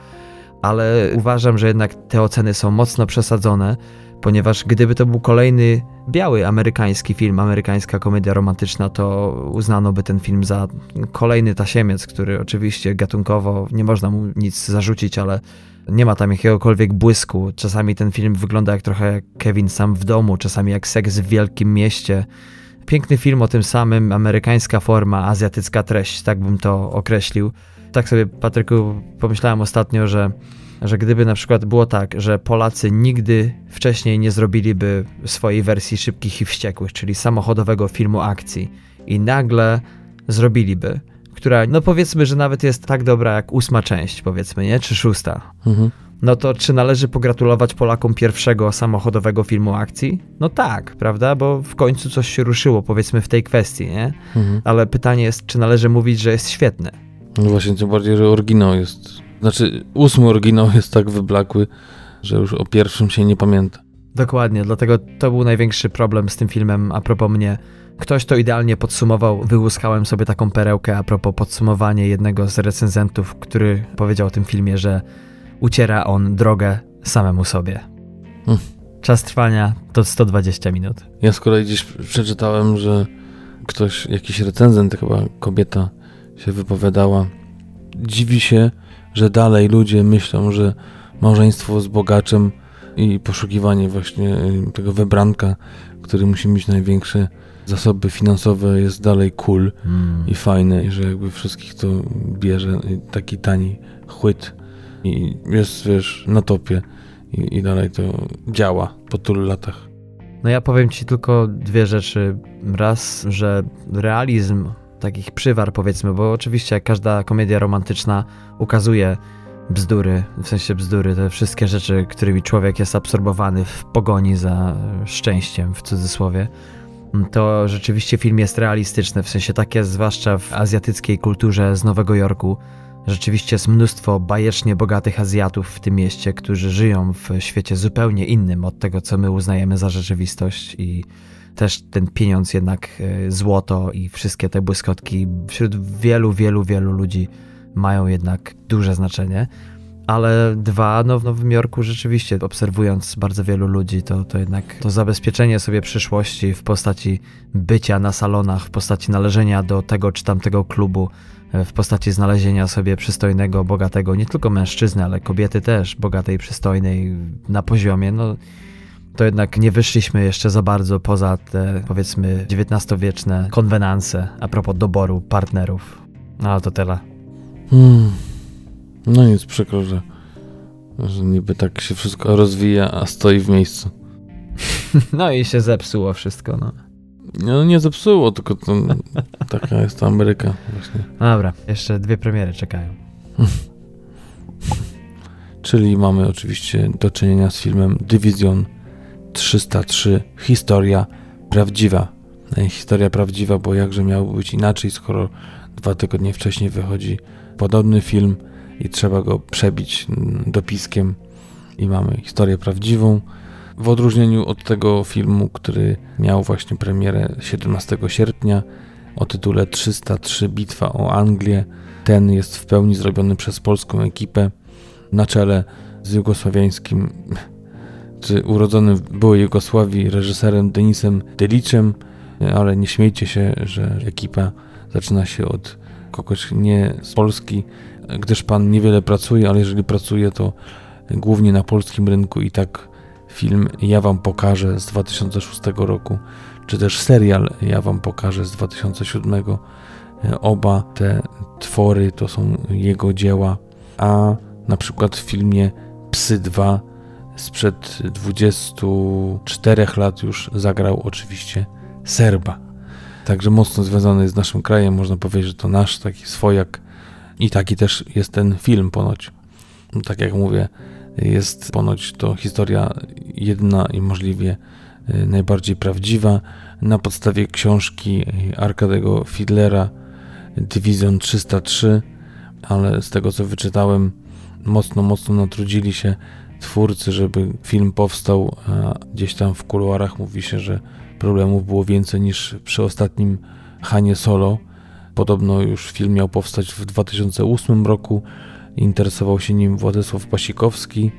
ale uważam, że jednak te oceny są mocno przesadzone, ponieważ gdyby to był kolejny biały amerykański film, amerykańska komedia romantyczna, to uznano by ten film za kolejny tasiemiec, który oczywiście gatunkowo nie można mu nic zarzucić, ale nie ma tam jakiegokolwiek błysku. Czasami ten film wygląda jak trochę jak Kevin sam w domu, czasami jak Seks w wielkim mieście. Piękny film o tym samym, amerykańska forma, azjatycka treść, tak bym to określił. Tak sobie, Patryku, pomyślałem ostatnio, że, że gdyby na przykład było tak, że Polacy nigdy wcześniej nie zrobiliby swojej wersji Szybkich i Wściekłych, czyli samochodowego filmu akcji, i nagle zrobiliby, która, no powiedzmy, że nawet jest tak dobra jak ósma część, powiedzmy, nie? Czy szósta. Mhm. No to czy należy pogratulować Polakom pierwszego samochodowego filmu akcji? No tak, prawda? Bo w końcu coś się ruszyło, powiedzmy, w tej kwestii, nie? Mhm. Ale pytanie jest, czy należy mówić, że jest świetny? No właśnie, tym bardziej, że oryginał jest... Znaczy, ósmy oryginał jest tak wyblakły, że już o pierwszym się nie pamięta. Dokładnie, dlatego to był największy problem z tym filmem a propos mnie. Ktoś to idealnie podsumował, wyłuskałem sobie taką perełkę a propos podsumowania jednego z recenzentów, który powiedział o tym filmie, że uciera on drogę samemu sobie. Hmm. Czas trwania to sto dwadzieścia minut. Ja z kolei gdzieś przeczytałem, że ktoś, jakiś recenzent, chyba kobieta się wypowiadała, dziwi się, że dalej ludzie myślą, że małżeństwo z bogaczem i poszukiwanie właśnie tego wybranka, który musi mieć największe zasoby finansowe, jest dalej cool hmm. i fajne, i że jakby wszystkich to bierze taki tani chłyt i jest, wiesz, na topie i, i dalej to działa po tylu latach. No ja powiem ci tylko dwie rzeczy. Raz, że realizm takich przywar, powiedzmy, bo oczywiście jak każda komedia romantyczna ukazuje bzdury, w sensie bzdury, te wszystkie rzeczy, którymi człowiek jest absorbowany w pogoni za szczęściem, w cudzysłowie, to rzeczywiście film jest realistyczny, w sensie tak jest zwłaszcza w azjatyckiej kulturze z Nowego Jorku. Rzeczywiście jest mnóstwo bajecznie bogatych Azjatów w tym mieście, którzy żyją w świecie zupełnie innym od tego, co my uznajemy za rzeczywistość, i też ten pieniądz jednak, złoto i wszystkie te błyskotki wśród wielu, wielu, wielu ludzi mają jednak duże znaczenie. Ale dwa, no w Nowym Jorku rzeczywiście, obserwując bardzo wielu ludzi, to, to jednak to zabezpieczenie sobie przyszłości w postaci bycia na salonach, w postaci należenia do tego czy tamtego klubu, w postaci znalezienia sobie przystojnego, bogatego, nie tylko mężczyzny, ale kobiety też, bogatej, przystojnej, na poziomie, no to jednak nie wyszliśmy jeszcze za bardzo poza te, powiedzmy, dziewiętnastowieczne konwenanse a propos doboru partnerów. No ale to tyle. Hmm. No nic, przykro, że, że niby tak się wszystko rozwija, a stoi w miejscu. No i się zepsuło wszystko, no. No nie zepsuło, tylko to, taka jest to Ameryka właśnie. Dobra, jeszcze dwie premiery czekają. Czyli mamy oczywiście do czynienia z filmem Division trzysta trzy, historia prawdziwa. Historia prawdziwa, bo jakże miało być inaczej, skoro dwa tygodnie wcześniej wychodzi podobny film i trzeba go przebić dopiskiem i mamy historię prawdziwą. W odróżnieniu od tego filmu, który miał właśnie premierę siedemnastego sierpnia o tytule trzysta trzy Bitwa o Anglię, ten jest w pełni zrobiony przez polską ekipę na czele z jugosławiańskim, czy urodzonym w byłej Jugosławii reżyserem Denisem Deliczem, ale nie śmiejcie się, że ekipa zaczyna się od kogoś nie z Polski, gdyż pan niewiele pracuje, ale jeżeli pracuje, to głównie na polskim rynku. I tak film Ja wam pokażę z dwa tysiące szóstego roku, czy też serial Ja wam pokażę z dwa tysiące siódmego. Oba te twory to są jego dzieła, a na przykład w filmie Psy dwa sprzed dwudziestu czterech lat już zagrał oczywiście Serba. Także mocno związany z naszym krajem, można powiedzieć, że to nasz taki swojak i taki też jest ten film ponoć. Tak jak mówię, jest ponoć to historia jedna i możliwie najbardziej prawdziwa na podstawie książki Arkadiego Fiedlera Dywizjon trzysta trzy, ale z tego co wyczytałem, mocno, mocno natrudzili się twórcy, żeby film powstał, a gdzieś tam w kuluarach mówi się, że problemów było więcej niż przy ostatnim Hanie Solo. Podobno już film miał powstać w dwa tysiące ósmym roku, interesował się nim Władysław Pasikowski,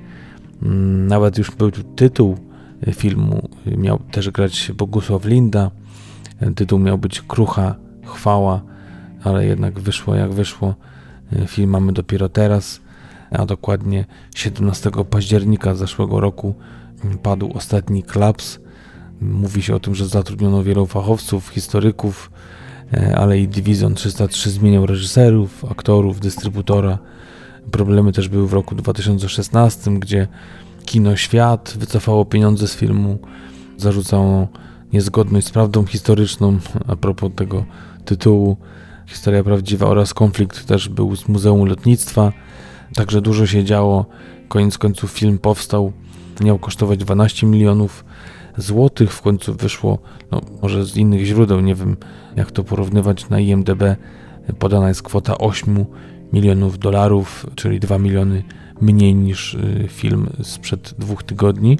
nawet już był tytuł filmu, miał też grać Bogusław Linda, tytuł miał być Krucha Chwała, ale jednak wyszło jak wyszło. Film mamy dopiero teraz, a dokładnie siedemnastego października zeszłego roku padł ostatni klaps. Mówi się o tym, że zatrudniono wielu fachowców, historyków, ale i Dywizjon trzysta trzy zmieniał reżyserów, aktorów, dystrybutora. Problemy też były w roku dwa tysiące szesnastym, gdzie Kino Świat wycofało pieniądze z filmu, zarzucało niezgodność z prawdą historyczną a propos tego tytułu. Historia prawdziwa oraz konflikt też był z Muzeum Lotnictwa, także dużo się działo. Koniec końców film powstał, miał kosztować dwanaście milionów złotych, w końcu wyszło, no może z innych źródeł, nie wiem jak to porównywać, na I M D B podana jest kwota osiem milionów dolarów, czyli dwa miliony mniej niż film sprzed dwóch tygodni.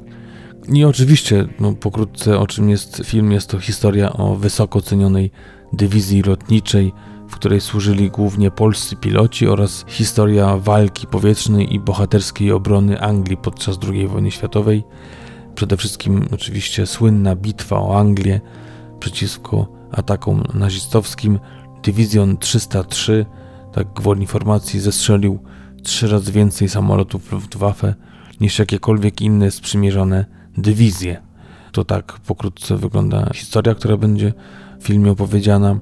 I oczywiście, no pokrótce o czym jest film, jest to historia o wysoko cenionej dywizji lotniczej, w której służyli głównie polscy piloci, oraz historia walki powietrznej i bohaterskiej obrony Anglii podczas drugiej wojny światowej. Przede wszystkim oczywiście słynna bitwa o Anglię przeciwko atakom nazistowskim. Dywizjon trzysta trzy, tak gwoli informacji, zestrzelił trzy razy więcej samolotów Luftwaffe niż jakiekolwiek inne sprzymierzone dywizje. To tak pokrótce wygląda historia, która będzie w filmie opowiedziana.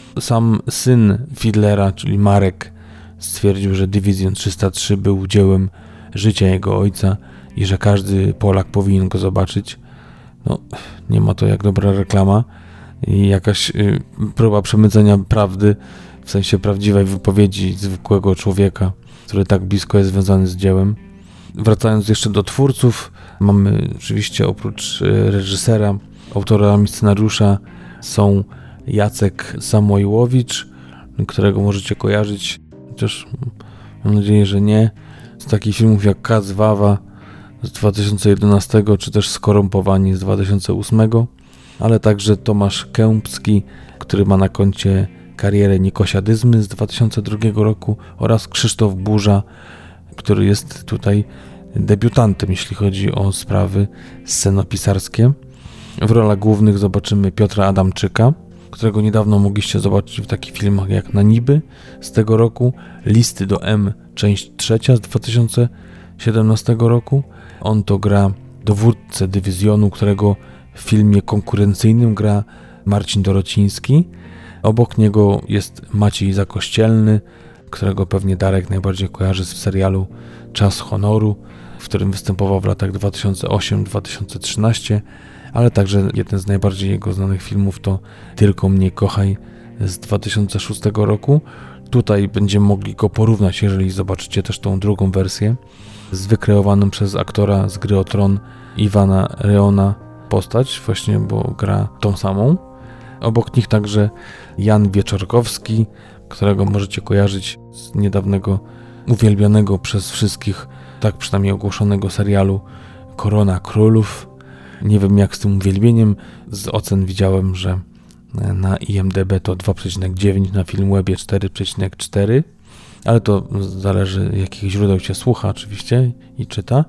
Sam syn Fiedlera, czyli Marek, stwierdził, że Dywizjon trzysta trzy był dziełem życia jego ojca i że każdy Polak powinien go zobaczyć. No, nie ma to jak dobra reklama i jakaś y, próba przemycenia prawdy, w sensie prawdziwej wypowiedzi zwykłego człowieka, który tak blisko jest związany z dziełem. Wracając jeszcze do twórców, mamy oczywiście oprócz reżysera, autorami scenariusza są Jacek Samojłowicz, którego możecie kojarzyć, chociaż mam nadzieję, że nie, z takich filmów jak Kac Wawa z dwa tysiące jedenastego, czy też Skorumpowani z dwa tysiące ósmego, ale także Tomasz Kępski, który ma na koncie karierę Nikosiadyzmy z dwa tysiące drugiego roku, oraz Krzysztof Burza, który jest tutaj debiutantem, jeśli chodzi o sprawy scenopisarskie. W rolach głównych zobaczymy Piotra Adamczyka, którego niedawno mogliście zobaczyć w takich filmach jak Na Niby z tego roku, Listy do M, część trzecia z dwa tysiące siedemnastego roku. On to gra dowódcę dywizjonu, którego w filmie konkurencyjnym gra Marcin Dorociński. Obok niego jest Maciej Zakościelny, którego pewnie Darek najbardziej kojarzy z serialu Czas Honoru, w którym występował w latach dwa tysiące ósmym do dwa tysiące trzynastego, ale także jeden z najbardziej jego znanych filmów to Tylko mnie kochaj z dwa tysiące szóstego roku. Tutaj będziemy mogli go porównać, jeżeli zobaczycie też tą drugą wersję z wykreowaną przez aktora z Gry o Tron Iwana Reona postać, właśnie bo gra tą samą. Obok nich także Jan Wieczorkowski, którego możecie kojarzyć z niedawnego uwielbianego przez wszystkich, tak przynajmniej ogłoszonego serialu Korona Królów. Nie wiem jak z tym uwielbieniem, z ocen widziałem, że na I M D B to dwa przecinek dziewięć, na Filmwebie cztery przecinek cztery, ale to zależy jakich źródeł się słucha oczywiście i czyta,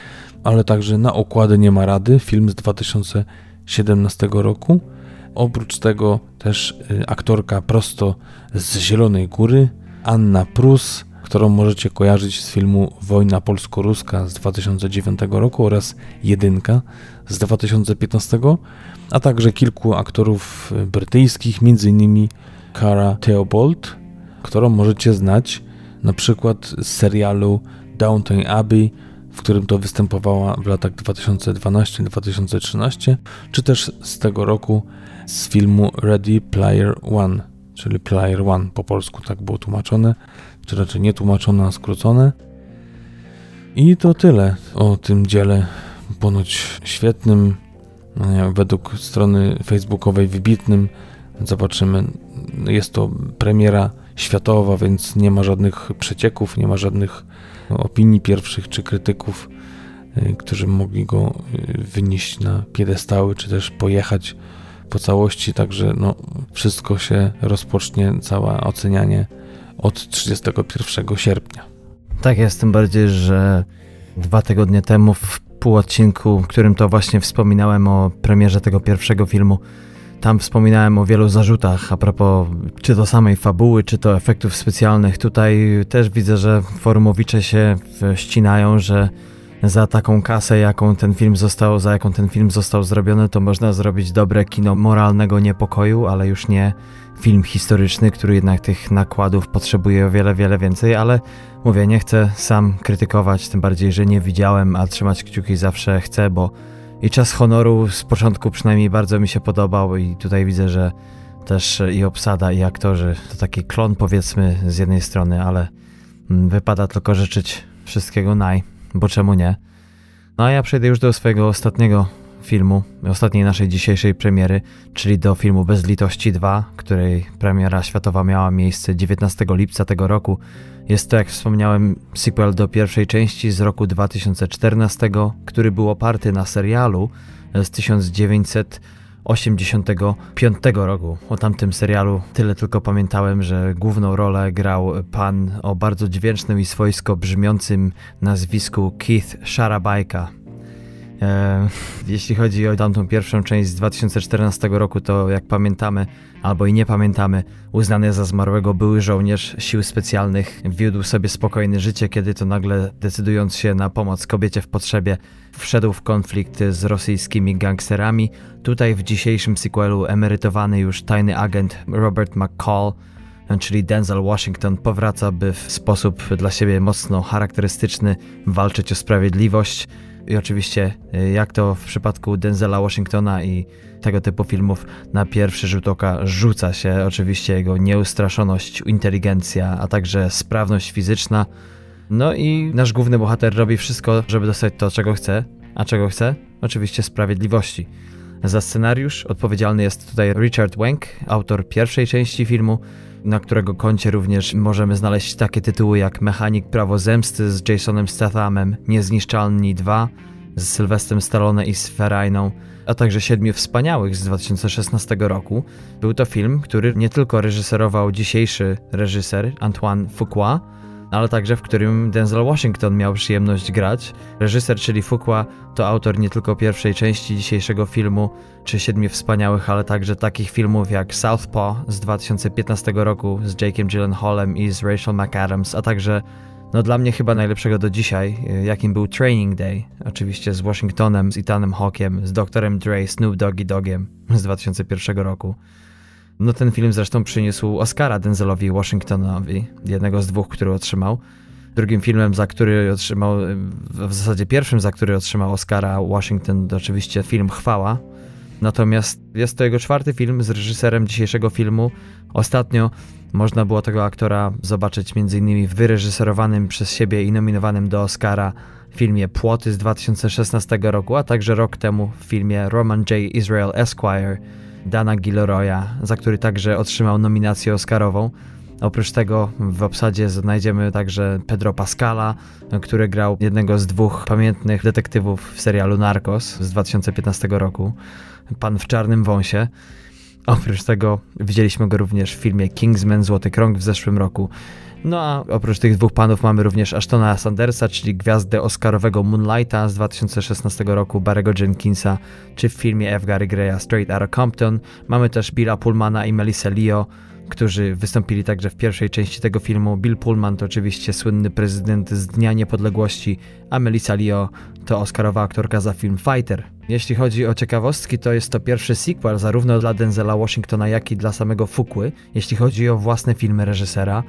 ale także Na okłady nie ma rady, film z dwa tysiące siedemnastego roku. Oprócz tego też aktorka prosto z Zielonej Góry, Anna Prus, którą możecie kojarzyć z filmu Wojna polsko-ruska z dwa tysiące dziewiątego roku oraz Jedynka z dwa tysiące piętnastego, a także kilku aktorów brytyjskich, m.in. Cara Theobald, którą możecie znać na przykład z serialu Downton Abbey, w którym to występowała w latach dwa tysiące dwunastym do dwa tysiące trzynastego, czy też z tego roku z filmu Ready Player One, czyli Player One po polsku tak było tłumaczone, czy raczej nie tłumaczone, a skrócone. I to tyle o tym dziele, ponoć świetnym, według strony facebookowej wybitnym. Zobaczymy, jest to premiera światowa, więc nie ma żadnych przecieków, nie ma żadnych opinii pierwszych czy krytyków, którzy mogli go wynieść na piedestały, czy też pojechać po całości, także no, wszystko się rozpocznie, całe ocenianie od trzydziestego pierwszego sierpnia. Tak jest, tym bardziej, że dwa tygodnie temu w półodcinku, w którym to właśnie wspominałem o premierze tego pierwszego filmu, tam wspominałem o wielu zarzutach a propos czy to samej fabuły, czy to efektów specjalnych. Tutaj też widzę, że forumowicze się ścinają, że za taką kasę, jaką ten film został, za jaką ten film został zrobiony, to można zrobić dobre kino moralnego niepokoju, ale już nie film historyczny, który jednak tych nakładów potrzebuje o wiele, wiele więcej, ale mówię, nie chcę sam krytykować, tym bardziej, że nie widziałem, a trzymać kciuki zawsze chcę, bo i Czas honoru z początku przynajmniej bardzo mi się podobał i tutaj widzę, że też i obsada, i aktorzy to taki klon, powiedzmy, z jednej strony, ale wypada tylko życzyć wszystkiego naj, bo czemu nie. No a ja przejdę już do swojego ostatniego filmu, ostatniej naszej dzisiejszej premiery, czyli do filmu Bez litości dwa, której premiera światowa miała miejsce dziewiętnastego lipca tego roku. Jest to, jak wspomniałem, sequel do pierwszej części z roku dwa tysiące czternastego, który był oparty na serialu z tysiąc dziewięćset osiemdziesiątego piątego roku. O tamtym serialu tyle tylko pamiętałem, że główną rolę grał pan o bardzo dźwięcznym i swojsko brzmiącym nazwisku Keith Sharabaika. E, jeśli chodzi o tamtą pierwszą część z dwa tysiące czternastego roku, to jak pamiętamy, albo i nie pamiętamy, uznany za zmarłego były żołnierz sił specjalnych wiódł sobie spokojne życie, kiedy to nagle, decydując się na pomoc kobiecie w potrzebie, wszedł w konflikt z rosyjskimi gangsterami. Tutaj w dzisiejszym sequelu emerytowany już tajny agent Robert McCall, czyli Denzel Washington, powraca, by w sposób dla siebie mocno charakterystyczny walczyć o sprawiedliwość. I oczywiście, jak to w przypadku Denzela Washingtona i tego typu filmów, na pierwszy rzut oka rzuca się oczywiście jego nieustraszoność, inteligencja, a także sprawność fizyczna. No i nasz główny bohater robi wszystko, żeby dostać to, czego chce. A czego chce? Oczywiście sprawiedliwości. Za scenariusz odpowiedzialny jest tutaj Richard Wenk, autor pierwszej części filmu, na którego koncie również możemy znaleźć takie tytuły jak Mechanik Prawo Zemsty z Jasonem Stathamem, Niezniszczalni dwa z Sylwestrem Stallone i z Ferrainą, a także Siedmiu Wspaniałych z dwa tysiące szesnastego roku. Był to film, który nie tylko reżyserował dzisiejszy reżyser Antoine Fuqua, ale także w którym Denzel Washington miał przyjemność grać. Reżyser, czyli Fuqua, to autor nie tylko pierwszej części dzisiejszego filmu, czy Siedmiu Wspaniałych, ale także takich filmów jak Southpaw z dwa tysiące piętnastego roku z Jake'em Gyllenhaalem i z Rachel McAdams, a także no dla mnie chyba najlepszego do dzisiaj, jakim był Training Day, oczywiście z Washingtonem, z Ethanem Hawke'em, z doktorem Dre, Snoop Doggy Doggiem z dwa tysiące pierwszego roku. No ten film zresztą przyniósł Oscara Denzelowi Washingtonowi, jednego z dwóch, który otrzymał. Drugim filmem, za który otrzymał, w zasadzie pierwszym, za który otrzymał Oscara Washington, to oczywiście film Chwała. Natomiast jest to jego czwarty film z reżyserem dzisiejszego filmu. Ostatnio można było tego aktora zobaczyć m.in. w wyreżyserowanym przez siebie i nominowanym do Oscara filmie Płoty z dwa tysiące szesnastego roku, a także rok temu w filmie Roman J. Israel Esquire Dana Gilroya, za który także otrzymał nominację oscarową. Oprócz tego w obsadzie znajdziemy także Pedro Pascala, który grał jednego z dwóch pamiętnych detektywów w serialu Narcos z dwa tysiące piętnastego roku, Pan w czarnym wąsie. Oprócz tego widzieliśmy go również w filmie Kingsman Złoty Krąg w zeszłym roku. No a oprócz tych dwóch panów mamy również Ashtona Sandersa, czyli gwiazdę oscarowego Moonlighta z dwa tysiące szesnastego roku, Barry'ego Jenkinsa, czy w filmie F. Gary Greya Straight Outta Compton. Mamy też Billa Pullmana i Melissa Leo, którzy wystąpili także w pierwszej części tego filmu. Bill Pullman to oczywiście słynny prezydent z Dnia Niepodległości, a Melissa Leo to oscarowa aktorka za film Fighter. Jeśli chodzi o ciekawostki, to jest to pierwszy sequel zarówno dla Denzela Washingtona, jak i dla samego Fuqui, jeśli chodzi o własne filmy reżysera.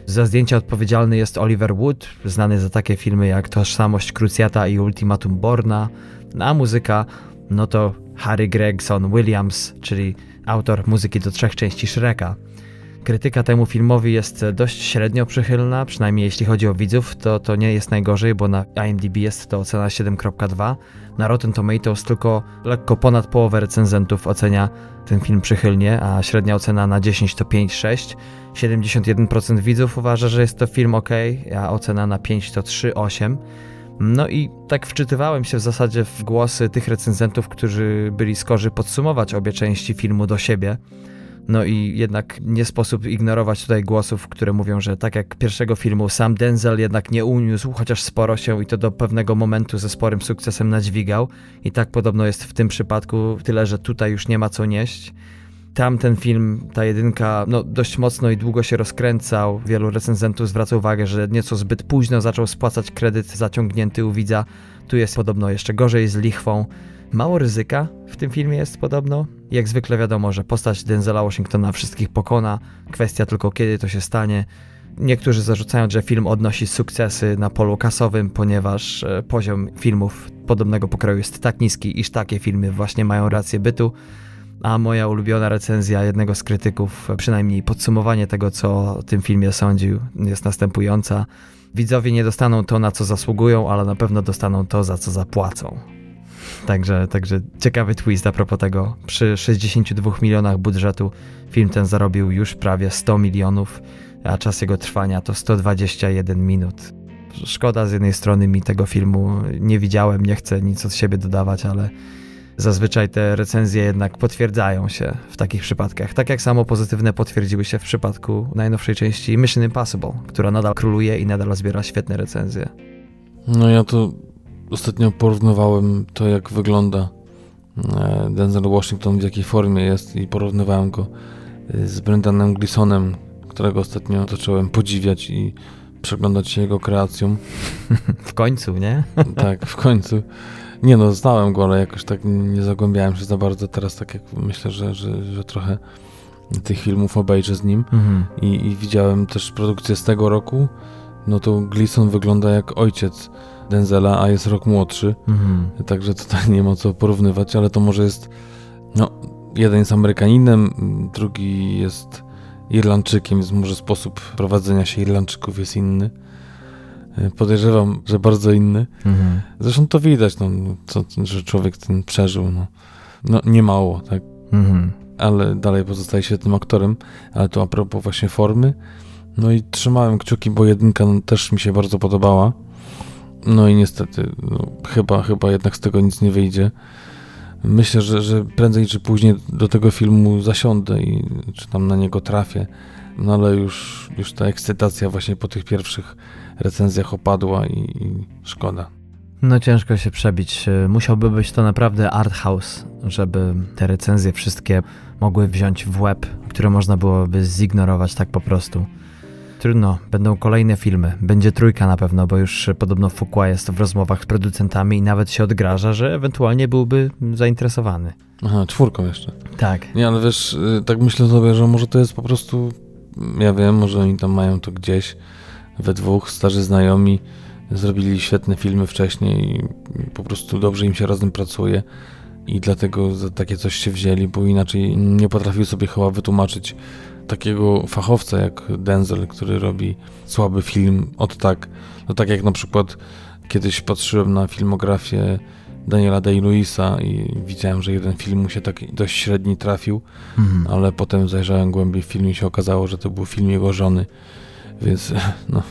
Za zdjęcia odpowiedzialny jest Oliver Wood, znany za takie filmy jak Tożsamość Cruciata i Ultimatum Borna, a muzyka no to Harry Gregson Williams, czyli autor muzyki do trzech części Shreka. Krytyka temu filmowi jest dość średnio przychylna, przynajmniej jeśli chodzi o widzów, to to nie jest najgorzej, bo na I M D B jest to ocena siedem przecinek dwa. Na Rotten Tomatoes tylko lekko ponad połowę recenzentów ocenia ten film przychylnie, a średnia ocena na dziesięć to pięć przecinek sześć. siedemdziesiąt jeden procent widzów uważa, że jest to film ok, a ocena na pięć to trzy przecinek osiem. No i tak wczytywałem się w zasadzie w głosy tych recenzentów, którzy byli skorzy podsumować obie części filmu do siebie. No i jednak nie sposób ignorować tutaj głosów, które mówią, że tak jak pierwszego filmu sam Denzel jednak nie uniósł, chociaż sporo się i to do pewnego momentu ze sporym sukcesem nadźwigał. I tak podobno jest w tym przypadku, tyle że tutaj już nie ma co nieść. Tam ten film, ta jedynka, no dość mocno i długo się rozkręcał. Wielu recenzentów zwraca uwagę, że nieco zbyt późno zaczął spłacać kredyt zaciągnięty u widza. Tu jest podobno jeszcze gorzej z lichwą. Mało ryzyka w tym filmie jest podobno. Jak zwykle wiadomo, że postać Denzela Washingtona wszystkich pokona. Kwestia tylko kiedy to się stanie. Niektórzy zarzucają, że film odnosi sukcesy na polu kasowym, ponieważ poziom filmów podobnego pokroju jest tak niski, iż takie filmy właśnie mają rację bytu. A moja ulubiona recenzja jednego z krytyków, przynajmniej podsumowanie tego, co o tym filmie sądził, jest następująca. Widzowie nie dostaną to, na co zasługują, ale na pewno dostaną to, za co zapłacą. Także, także ciekawy twist a propos tego. Przy sześćdziesięciu dwóch milionach budżetu film ten zarobił już prawie sto milionów, a czas jego trwania to sto dwadzieścia jeden minut. Szkoda z jednej strony mi tego filmu, nie widziałem, nie chcę nic od siebie dodawać, ale zazwyczaj te recenzje jednak potwierdzają się w takich przypadkach. Tak jak samo pozytywne potwierdziły się w przypadku najnowszej części Mission Impossible, która nadal króluje i nadal zbiera świetne recenzje. No ja to ostatnio porównywałem to, jak wygląda Denzel Washington, w jakiej formie jest, i porównywałem go z Brendanem Gleesonem, którego ostatnio zacząłem podziwiać i przeglądać się jego kreacjom. W końcu, nie? Tak, w końcu. Nie no, znałem go, ale jakoś tak nie zagłębiałem się za bardzo. Teraz tak jak myślę, że, że, że trochę tych filmów obejrzę z nim. Mhm. I, i widziałem też produkcję z tego roku. No to Gleeson wygląda jak ojciec Denzela, a jest rok młodszy. Mhm. Także tutaj nie ma co porównywać, ale to może jest... No, jeden jest Amerykaninem, drugi jest Irlandczykiem, więc może sposób prowadzenia się Irlandczyków jest inny. Podejrzewam, że bardzo inny. Mhm. Zresztą to widać, no, co, że człowiek ten przeżył. No, no nie mało, tak? Mhm. Ale dalej pozostaje świetnym aktorem. Ale to a propos właśnie formy. No i trzymałem kciuki, bo jedynka no, też mi się bardzo podobała. No i niestety, no, chyba, chyba jednak z tego nic nie wyjdzie. Myślę, że, że prędzej czy później do tego filmu zasiądę i czy tam na niego trafię. No ale już, już ta ekscytacja właśnie po tych pierwszych recenzjach opadła i, i szkoda. No ciężko się przebić. Musiałby być to naprawdę art house, żeby te recenzje wszystkie mogły wziąć w łeb, które można byłoby zignorować tak po prostu. Trudno, będą kolejne filmy. Będzie trójka na pewno, bo już podobno Fuqua jest w rozmowach z producentami i nawet się odgraża, że ewentualnie byłby zainteresowany. Aha, czwórką jeszcze. Tak. Nie, ale wiesz, tak myślę sobie, że może to jest po prostu, ja wiem, może oni tam mają to gdzieś we dwóch, starzy znajomi, zrobili świetne filmy wcześniej i po prostu dobrze im się razem pracuje i dlatego za takie coś się wzięli, bo inaczej nie potrafił sobie chyba wytłumaczyć takiego fachowca jak Denzel, który robi słaby film od tak. No tak jak na przykład kiedyś patrzyłem na filmografię Daniela Day-Lewisa i widziałem, że jeden film mu się tak dość średni trafił, mhm. ale potem zajrzałem głębiej w film i się okazało, że to był film jego żony, więc no,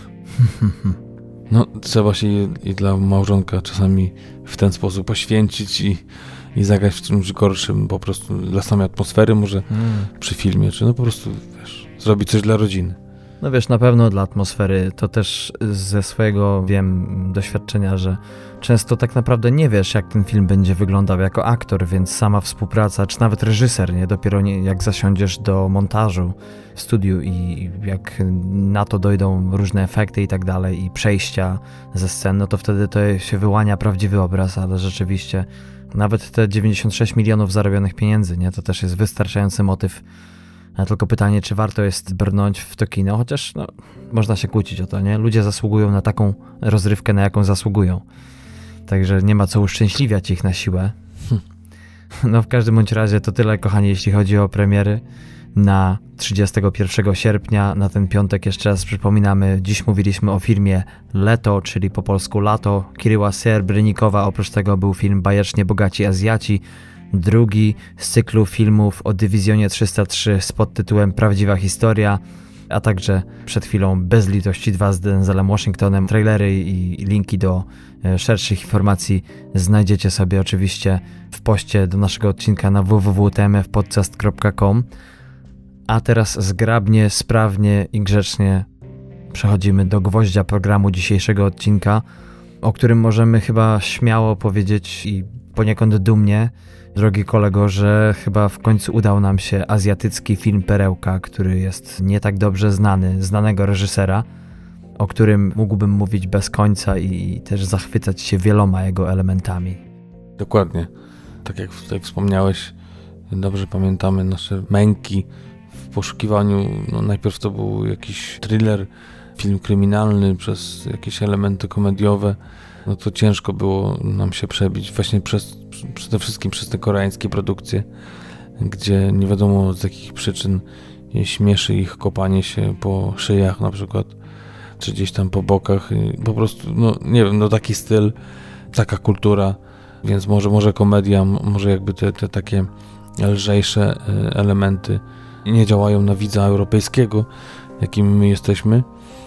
no trzeba się i, i dla małżonka czasami w ten sposób poświęcić i i zagrać w czymś gorszym, po prostu dla samej atmosfery może hmm. przy filmie, czy no po prostu, wiesz, zrobić coś dla rodziny. No wiesz, na pewno dla atmosfery, to też ze swojego wiem doświadczenia, że często tak naprawdę nie wiesz, jak ten film będzie wyglądał jako aktor, więc sama współpraca, czy nawet reżyser, nie? Dopiero nie, jak zasiądziesz do montażu w studiu i jak na to dojdą różne efekty i tak dalej i przejścia ze scen, no to wtedy to się wyłania prawdziwy obraz, ale rzeczywiście nawet te dziewięćdziesiąt sześć milionów zarobionych pieniędzy, nie? To też jest wystarczający motyw, A tylko pytanie, czy warto jest brnąć w to kino, chociaż no, można się kłócić o to, nie? Ludzie zasługują na taką rozrywkę, na jaką zasługują. Także nie ma co uszczęśliwiać ich na siłę. No w każdym bądź razie to tyle, kochani, jeśli chodzi o premiery na trzydziestego pierwszego sierpnia, na ten piątek jeszcze raz przypominamy, dziś mówiliśmy o filmie Leto, czyli po polsku Lato, Kiryła Serebrenikowa. Oprócz tego był film Bajecznie Bogaci Azjaci, drugi z cyklu filmów o Dywizjonie trzysta trzy z podtytułem Prawdziwa Historia, a także przed chwilą Bez litości dwa z Denzelem Washingtonem. Trailery i linki do szerszych informacji znajdziecie sobie oczywiście w poście do naszego odcinka na w w w kropka t m f podcast kropka com. A teraz zgrabnie, sprawnie i grzecznie przechodzimy do gwoździa programu dzisiejszego odcinka, o którym możemy chyba śmiało powiedzieć i poniekąd dumnie, drogi kolego, że chyba w końcu udał nam się azjatycki film Perełka, który jest nie tak dobrze znany, znanego reżysera, o którym mógłbym mówić bez końca i też zachwycać się wieloma jego elementami. Dokładnie. Tak jak tutaj wspomniałeś, dobrze pamiętamy nasze męki w poszukiwaniu. No najpierw to był jakiś thriller, film kryminalny przez jakieś elementy komediowe. No to ciężko było nam się przebić właśnie przez, przede wszystkim przez te koreańskie produkcje, gdzie nie wiadomo z jakich przyczyn śmieszy ich kopanie się po szyjach na przykład, czy gdzieś tam po bokach. Po prostu, no nie wiem, no taki styl, taka kultura, więc może, może komedia, może jakby te, te takie lżejsze elementy nie działają na widza europejskiego, jakim my jesteśmy,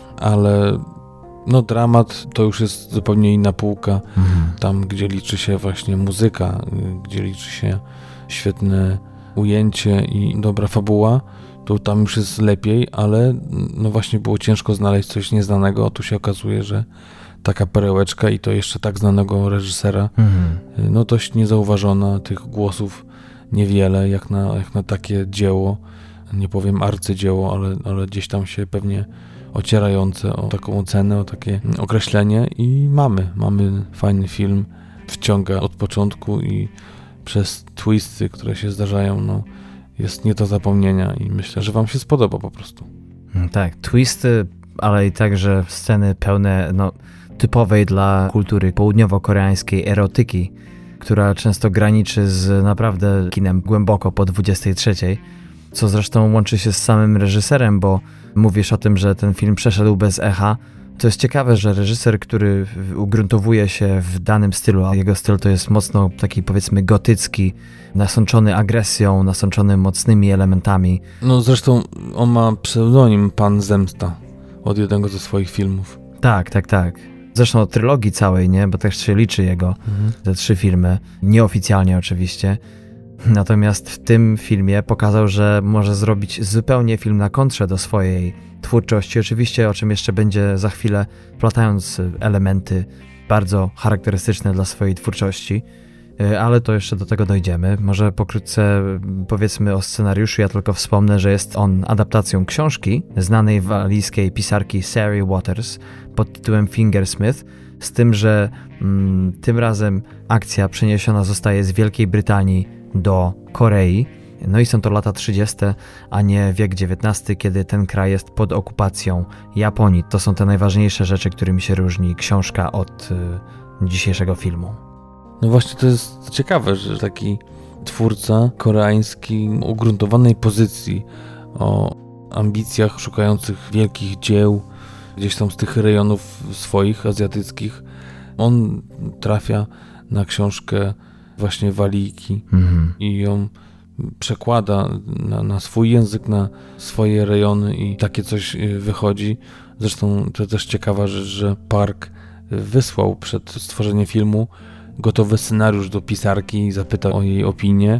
ale no dramat to już jest zupełnie inna półka, mhm. Tam gdzie liczy się właśnie muzyka, gdzie liczy się świetne ujęcie i dobra fabuła, to tam już jest lepiej, ale no właśnie było ciężko znaleźć coś nieznanego, a tu się okazuje, że taka perełeczka i to jeszcze tak znanego reżysera, mhm. no dość niezauważona, tych głosów niewiele, jak na, jak na takie dzieło, nie powiem arcydzieło, ale, ale gdzieś tam się pewnie ocierające o taką ocenę, o takie określenie i mamy, mamy fajny film, wciąga od początku i przez twisty, które się zdarzają, no jest nie do zapomnienia i myślę, że wam się spodoba po prostu. Tak, twisty, ale i także sceny pełne no, typowej dla kultury południowo-koreańskiej erotyki, która często graniczy z naprawdę kinem głęboko po dwudziestej trzeciej, co zresztą łączy się z samym reżyserem, bo mówisz o tym, że ten film przeszedł bez echa. To jest ciekawe, że reżyser, który ugruntowuje się w danym stylu, a jego styl to jest mocno taki powiedzmy gotycki, nasączony agresją, nasączony mocnymi elementami. No zresztą on ma pseudonim Pan Zemsta od jednego ze swoich filmów. Tak, tak, tak. Zresztą od trylogii całej, nie? Bo też się liczy jego, mhm. te trzy filmy. Nieoficjalnie oczywiście. Natomiast w tym filmie pokazał, że może zrobić zupełnie film na kontrze do swojej twórczości. Oczywiście, o czym jeszcze będzie za chwilę, wplatając elementy bardzo charakterystyczne dla swojej twórczości, ale to jeszcze do tego dojdziemy. Może pokrótce powiedzmy o scenariuszu. Ja tylko wspomnę, że jest on adaptacją książki znanej walijskiej pisarki Sari Waters pod tytułem Fingersmith, z tym, że mm, tym razem akcja przeniesiona zostaje z Wielkiej Brytanii do Korei. No i są to lata trzydzieste, a nie wiek dziewiętnasty, kiedy ten kraj jest pod okupacją Japonii. To są te najważniejsze rzeczy, którymi się różni książka od y, dzisiejszego filmu. No właśnie to jest ciekawe, że taki twórca koreański o ugruntowanej pozycji, o ambicjach szukających wielkich dzieł, gdzieś tam z tych rejonów swoich, azjatyckich, on trafia na książkę właśnie Walijki mhm. i ją przekłada na, na swój język, na swoje rejony i takie coś wychodzi. Zresztą to też ciekawa rzecz, że Park wysłał przed stworzeniem filmu gotowy scenariusz do pisarki i zapytał o jej opinię.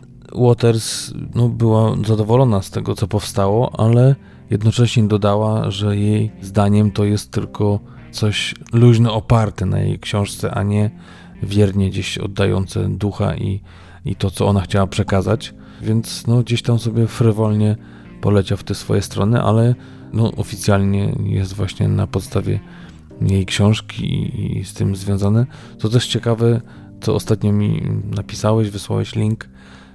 Waters no, była zadowolona z tego, co powstało, ale jednocześnie dodała, że jej zdaniem to jest tylko coś luźno oparte na jej książce, a nie wiernie gdzieś oddające ducha i, i to, co ona chciała przekazać. Więc no, gdzieś tam sobie frywolnie poleciał w te swoje strony, ale no, oficjalnie jest właśnie na podstawie jej książki i, i z tym związane. To też ciekawe, co ostatnio mi napisałeś, wysłałeś link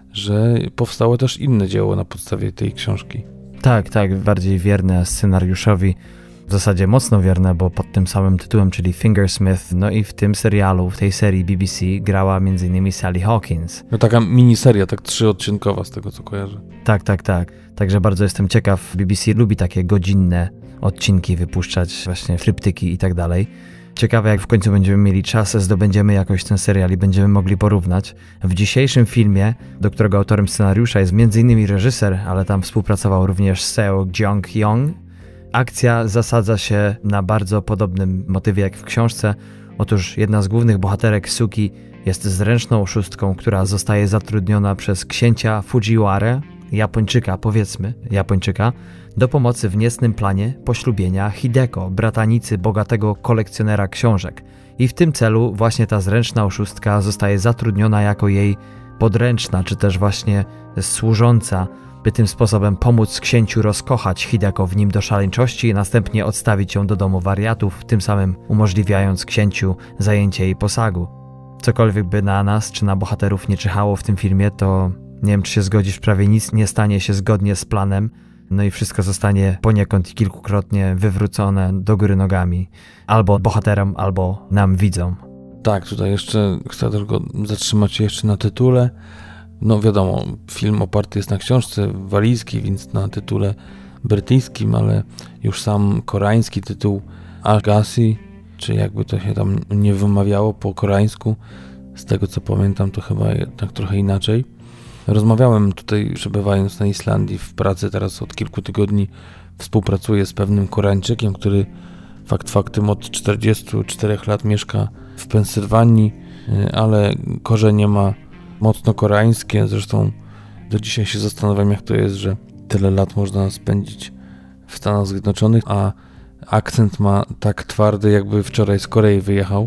że powstało też inne dzieło na podstawie tej książki. Tak, tak, bardziej wierne scenariuszowi. W zasadzie mocno wierne, bo pod tym samym tytułem, czyli Fingersmith, no i w tym serialu, w tej serii B B C grała m.in. Sally Hawkins. No taka miniseria, tak trzyodcinkowa z tego co kojarzę. Tak, tak, tak. Także bardzo jestem ciekaw. B B C lubi takie godzinne odcinki wypuszczać, właśnie tryptyki i tak dalej. Ciekawe, jak w końcu będziemy mieli czas, zdobędziemy jakoś ten serial i będziemy mogli porównać. W dzisiejszym filmie, do którego autorem scenariusza jest m.in. reżyser, ale tam współpracował również Seo Jeong-young, akcja zasadza się na bardzo podobnym motywie jak w książce. Otóż jedna z głównych bohaterek, Suki, jest zręczną oszustką, która zostaje zatrudniona przez księcia Fujiwara, Japończyka, powiedzmy, Japończyka, do pomocy w niecnym planie poślubienia Hideko, bratanicy bogatego kolekcjonera książek. I w tym celu właśnie ta zręczna oszustka zostaje zatrudniona jako jej podręczna, czy też właśnie służąca, by tym sposobem pomóc księciu rozkochać Hideko w nim do szaleńczości i następnie odstawić ją do domu wariatów, tym samym umożliwiając księciu zajęcie jej posagu. Cokolwiek by na nas czy na bohaterów nie czyhało w tym filmie, to nie wiem, czy się zgodzisz, prawie nic nie stanie się zgodnie z planem, no i wszystko zostanie poniekąd i kilkukrotnie wywrócone do góry nogami. Albo bohaterom, albo nam widzom. Tak, tutaj jeszcze chcę tylko zatrzymać się jeszcze na tytule. No wiadomo, film oparty jest na książce walijskiej, więc na tytule brytyjskim, ale już sam koreański tytuł Agassi, czy jakby to się tam nie wymawiało po koreańsku, z tego co pamiętam, to chyba tak trochę inaczej. Rozmawiałem tutaj, przebywając na Islandii w pracy, teraz od kilku tygodni współpracuję z pewnym Koreańczykiem, który fakt faktem od czterdziestu czterech lat mieszka w Pensylwanii, ale korzenie ma mocno koreańskie. Zresztą do dzisiaj się zastanawiam, jak to jest, że tyle lat można spędzić w Stanach Zjednoczonych, a akcent ma tak twardy, jakby wczoraj z Korei wyjechał.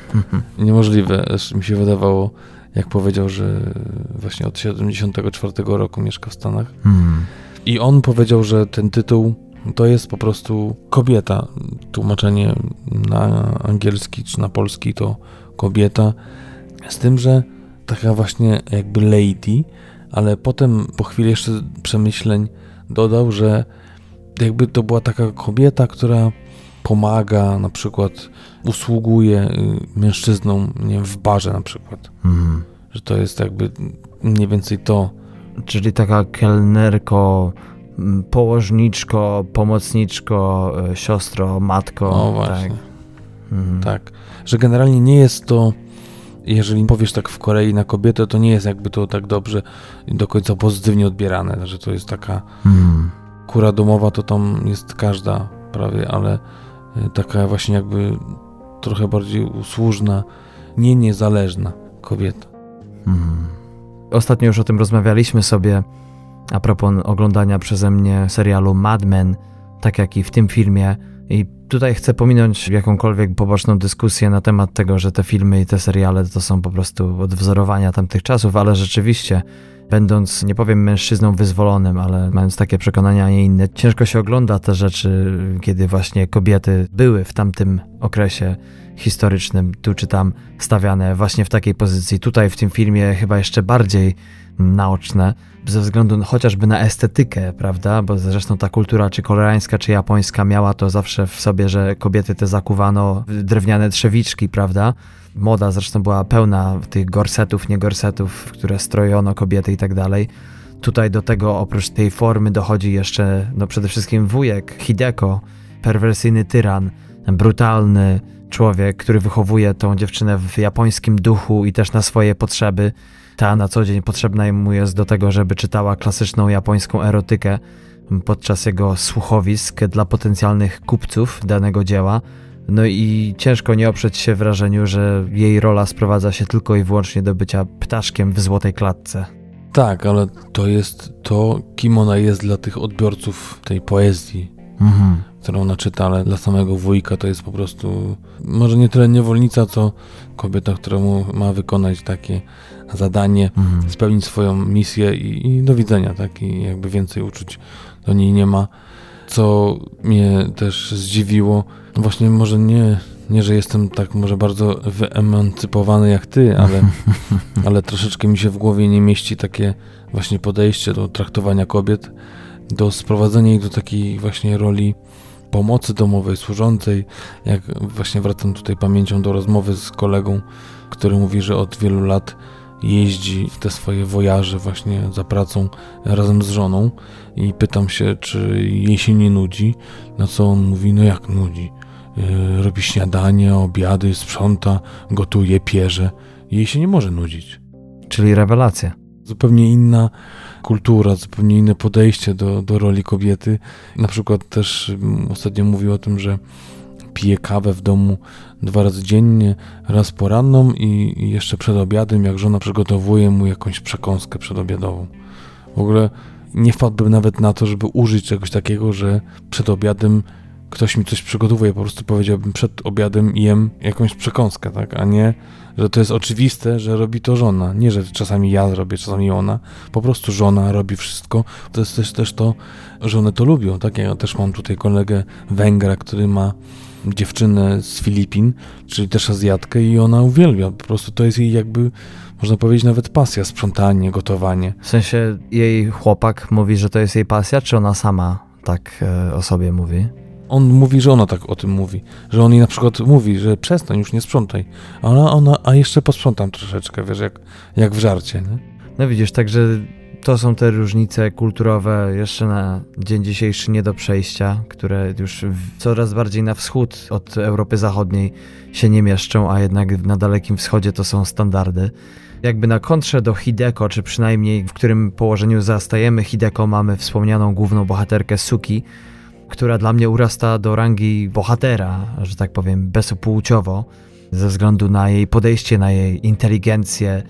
Niemożliwe, aż mi się wydawało, jak powiedział, że właśnie od siedemdziesiątego czwartego roku mieszka w Stanach. Hmm. I on powiedział, że ten tytuł to jest po prostu kobieta. Tłumaczenie na angielski czy na polski to kobieta. Z tym, że taka właśnie jakby lady, ale potem po chwili jeszcze przemyśleń dodał, że jakby to była taka kobieta, która pomaga, na przykład usługuje mężczyznom, nie wiem, w barze na przykład. Hmm. Że to jest jakby mniej więcej to. Czyli taka kelnerko, położniczko, pomocniczko, siostro, matko. No właśnie. Tak. Mhm. Tak. Że generalnie nie jest to, jeżeli powiesz tak w Korei na kobietę, to nie jest jakby to tak dobrze i do końca pozytywnie odbierane, że to jest taka Hmm. kura domowa, to tam jest każda prawie, ale taka właśnie jakby trochę bardziej usłużna, nie niezależna kobieta. Hmm. Ostatnio już o tym rozmawialiśmy sobie a propos oglądania przeze mnie serialu Mad Men, tak jak i w tym filmie. I tutaj chcę pominąć jakąkolwiek poboczną dyskusję na temat tego, że te filmy i te seriale to są po prostu odwzorowania tamtych czasów, ale rzeczywiście, będąc, nie powiem mężczyzną wyzwolonym, ale mając takie przekonania, a nie inne, ciężko się ogląda te rzeczy, kiedy właśnie kobiety były w tamtym okresie historycznym, tu czy tam stawiane właśnie w takiej pozycji. Tutaj w tym filmie chyba jeszcze bardziej naoczne, ze względu chociażby na estetykę, prawda, bo zresztą ta kultura czy koreańska, czy japońska miała to zawsze w sobie, że kobiety te zakuwano w drewniane trzewiczki, prawda. Moda zresztą była pełna tych gorsetów, nie gorsetów, w które strojono kobiety i tak dalej. Tutaj do tego oprócz tej formy dochodzi jeszcze no przede wszystkim wujek Hideko, perwersyjny tyran, brutalny człowiek, który wychowuje tą dziewczynę w japońskim duchu i też na swoje potrzeby. Ta na co dzień potrzebna mu jest do tego, żeby czytała klasyczną japońską erotykę podczas jego słuchowisk dla potencjalnych kupców danego dzieła. No i ciężko nie oprzeć się wrażeniu, że jej rola sprowadza się tylko i wyłącznie do bycia ptaszkiem w złotej klatce. Tak, ale to jest to, kim ona jest dla tych odbiorców tej poezji, Mhm. którą ona czyta, ale dla samego wujka to jest po prostu może nie tyle niewolnica, co kobieta, która mu ma wykonać takie zadanie, Mhm. spełnić swoją misję i, i do widzenia, tak? I jakby więcej uczuć do niej nie ma. Co mnie też zdziwiło, właśnie może nie Nie, że jestem tak może bardzo wyemancypowany jak ty, ale, ale troszeczkę mi się w głowie nie mieści takie właśnie podejście do traktowania kobiet, do sprowadzenia ich do takiej właśnie roli pomocy domowej, służącej. Jak właśnie wracam tutaj pamięcią do rozmowy z kolegą, który mówi, że od wielu lat jeździ w te swoje wojaże właśnie za pracą razem z żoną i pytam się, czy jej się nie nudzi, na co on mówi, no jak nudzi, yy, robi śniadanie, obiady, sprząta, gotuje, pierze, jej się nie może nudzić. Czyli rewelacja. Zupełnie inna kultura, zupełnie inne podejście do, do roli kobiety. Na przykład też ostatnio mówił o tym, że pije kawę w domu dwa razy dziennie, raz poranną i, i jeszcze przed obiadem, jak żona przygotowuje mu jakąś przekąskę przedobiadową. W ogóle nie wpadłbym nawet na to, żeby użyć czegoś takiego, że przed obiadem ktoś mi coś przygotowuje, po prostu powiedziałbym, przed obiadem jem jakąś przekąskę, tak, a nie, że to jest oczywiste, że robi to żona. Nie, że czasami ja robię, czasami ona. Po prostu żona robi wszystko. To jest też, też to, że one to lubią, tak. Ja też mam tutaj kolegę Węgra, który ma dziewczynę z Filipin, czyli też Azjatkę i ona uwielbia. Po prostu to jest jej jakby, można powiedzieć, nawet pasja, sprzątanie, gotowanie. W sensie jej chłopak mówi, że to jest jej pasja, czy ona sama tak e, o sobie mówi? On mówi, że ona tak o tym mówi, że on jej na przykład mówi, że przestań, już nie sprzątaj, a ona, ona a jeszcze posprzątam troszeczkę, wiesz, jak, jak w żarcie, nie? No widzisz, także to są te różnice kulturowe jeszcze na dzień dzisiejszy nie do przejścia, które już coraz bardziej na wschód od Europy Zachodniej się nie mieszczą, a jednak na Dalekim Wschodzie to są standardy. Jakby na kontrze do Hideko, czy przynajmniej w którym położeniu zastajemy Hideko, mamy wspomnianą główną bohaterkę Suki, która dla mnie urasta do rangi bohatera, że tak powiem, bezpłciowo, ze względu na jej podejście, na jej inteligencję,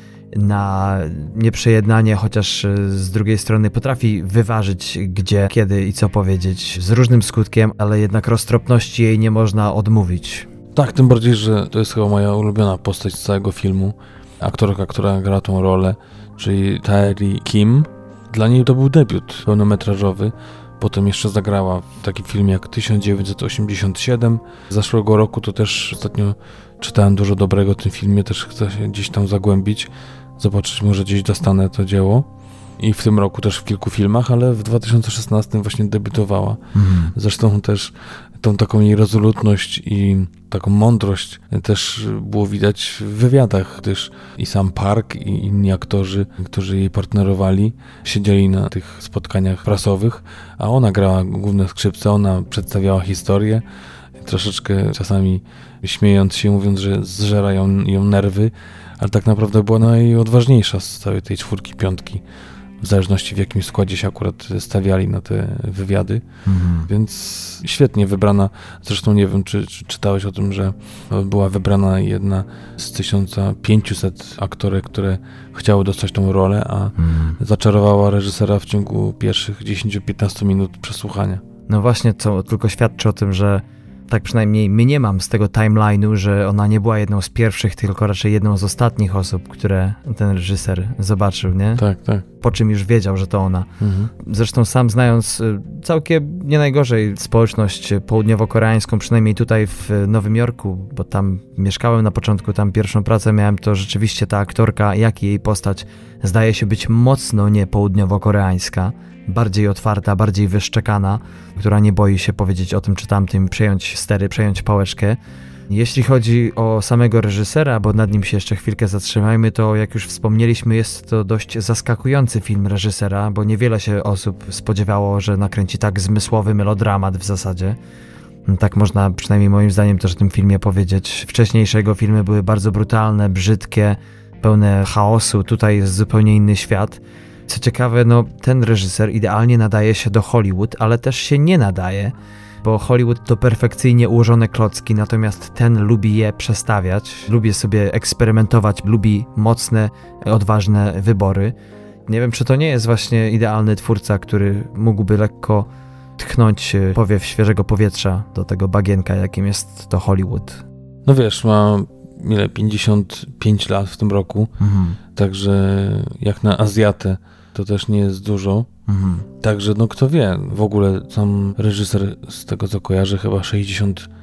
na nieprzejednanie, chociaż z drugiej strony potrafi wyważyć gdzie, kiedy i co powiedzieć, z różnym skutkiem, ale jednak roztropności jej nie można odmówić. Tak, tym bardziej, że to jest chyba moja ulubiona postać z całego filmu. Aktorka, która gra tą rolę, czyli Taeri Kim. Dla niej to był debiut pełnometrażowy. Potem jeszcze zagrała w takim filmie jak tysiąc dziewięćset osiemdziesiąt siedem. Z zeszłego roku to też ostatnio czytałem dużo dobrego o tym filmie, też chcę się gdzieś tam zagłębić, zobaczyć, może gdzieś dostanę to dzieło. I w tym roku też w kilku filmach, ale w dwa tysiące szesnastym właśnie debiutowała. Mhm. Zresztą też tą taką jej rezolutność i taką mądrość też było widać w wywiadach, gdyż i sam Park i inni aktorzy, którzy jej partnerowali, siedzieli na tych spotkaniach prasowych, a ona grała główne skrzypce, ona przedstawiała historię, troszeczkę czasami śmiejąc się, mówiąc, że zżerają ją nerwy, ale tak naprawdę była najodważniejsza z całej tej czwórki, piątki, w zależności w jakim składzie się akurat stawiali na te wywiady, mhm. Więc świetnie wybrana. Zresztą nie wiem, czy, czy czytałeś o tym, że była wybrana jedna z tysiąc pięćset aktorek, które chciały dostać tą rolę, a mhm. zaczarowała reżysera w ciągu pierwszych dziesięć do piętnastu minut przesłuchania. No właśnie, co tylko świadczy o tym, że tak przynajmniej mniemam z tego timeline'u, że ona nie była jedną z pierwszych, tylko raczej jedną z ostatnich osób, które ten reżyser zobaczył, nie? Tak, tak. Po czym już wiedział, że to ona. Mhm. Zresztą sam znając całkiem nie najgorzej społeczność południowo-koreańską, przynajmniej tutaj w Nowym Jorku, bo tam mieszkałem na początku, tam pierwszą pracę miałem, to rzeczywiście ta aktorka, jak i jej postać, zdaje się być mocno nie południowo-koreańska, bardziej otwarta, bardziej wyszczekana, która nie boi się powiedzieć o tym czy tamtym, przejąć stery, przejąć pałeczkę. Jeśli chodzi o samego reżysera, bo nad nim się jeszcze chwilkę zatrzymajmy, to jak już wspomnieliśmy, jest to dość zaskakujący film reżysera, bo niewiele się osób spodziewało, że nakręci tak zmysłowy melodramat w zasadzie. Tak można przynajmniej moim zdaniem też o tym filmie powiedzieć. Wcześniejsze jego filmy były bardzo brutalne, brzydkie, pełne chaosu. Tutaj jest zupełnie inny świat. Co ciekawe, no ten reżyser idealnie nadaje się do Hollywood, ale też się nie nadaje, bo Hollywood to perfekcyjnie ułożone klocki, natomiast ten lubi je przestawiać, lubi sobie eksperymentować, lubi mocne, odważne wybory. Nie wiem, czy to nie jest właśnie idealny twórca, który mógłby lekko tchnąć powiew świeżego powietrza do tego bagienka, jakim jest to Hollywood. No wiesz, ma ile, pięćdziesiąt pięć lat w tym roku, mhm. Także jak na Azjatę to też nie jest dużo. Mhm. Także no kto wie, w ogóle sam reżyser z tego co kojarzę chyba sześćdziesiąt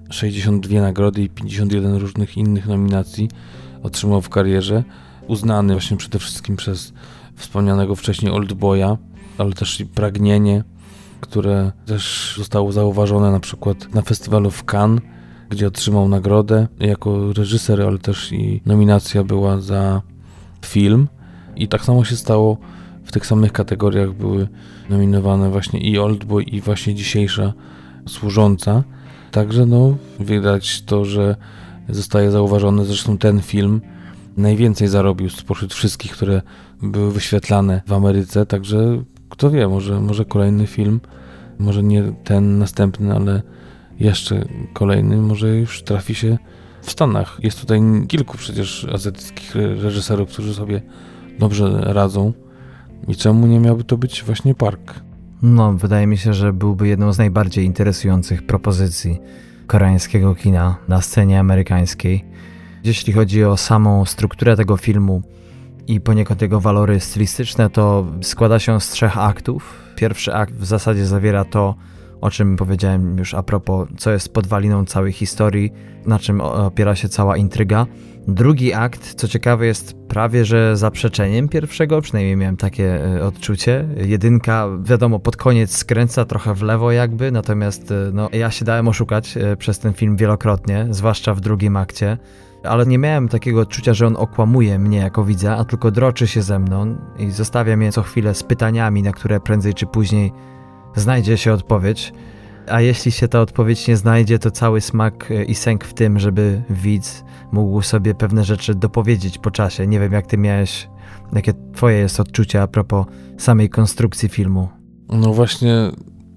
sześćdziesiąt dwie nagrody i pięćdziesiąt jeden różnych innych nominacji otrzymał w karierze. Uznany właśnie przede wszystkim przez wspomnianego wcześniej Oldboya, ale też i Pragnienie, które też zostało zauważone na przykład na festiwalu w Cannes, gdzie otrzymał nagrodę jako reżyser, ale też i nominacja była za film. I tak samo się stało, w tych samych kategoriach były nominowane właśnie i Oldboy, i właśnie dzisiejsza Służąca. Także no widać to, że zostaje zauważony. Zresztą ten film najwięcej zarobił spośród wszystkich, które były wyświetlane w Ameryce, także kto wie, może, może kolejny film, może nie ten następny, ale jeszcze kolejny, może już trafi się w Stanach. Jest tutaj kilku przecież azjatyckich reżyserów, którzy sobie dobrze radzą i czemu nie miałby to być właśnie Park? No, wydaje mi się, że byłby jedną z najbardziej interesujących propozycji koreańskiego kina na scenie amerykańskiej. Jeśli chodzi o samą strukturę tego filmu i poniekąd jego walory stylistyczne, to składa się z trzech aktów. Pierwszy akt w zasadzie zawiera to, o czym powiedziałem już a propos, co jest podwaliną całej historii, na czym opiera się cała intryga. Drugi akt, co ciekawe, jest prawie że zaprzeczeniem pierwszego, przynajmniej miałem takie odczucie. Jedynka, wiadomo, pod koniec skręca trochę w lewo jakby, natomiast no, ja się dałem oszukać przez ten film wielokrotnie, zwłaszcza w drugim akcie. Ale nie miałem takiego odczucia, że on okłamuje mnie jako widza, a tylko droczy się ze mną i zostawia mnie co chwilę z pytaniami, na które prędzej czy później znajdzie się odpowiedź. A jeśli się ta odpowiedź nie znajdzie, to cały smak i sęk w tym, żeby widz mógł sobie pewne rzeczy dopowiedzieć po czasie. Nie wiem, jak ty miałeś, jakie twoje jest odczucie a propos samej konstrukcji filmu. No właśnie,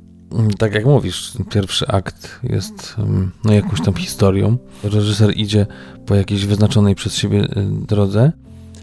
tak jak mówisz, pierwszy akt jest no, jakąś tam historią. Reżyser idzie po jakiejś wyznaczonej przez siebie drodze,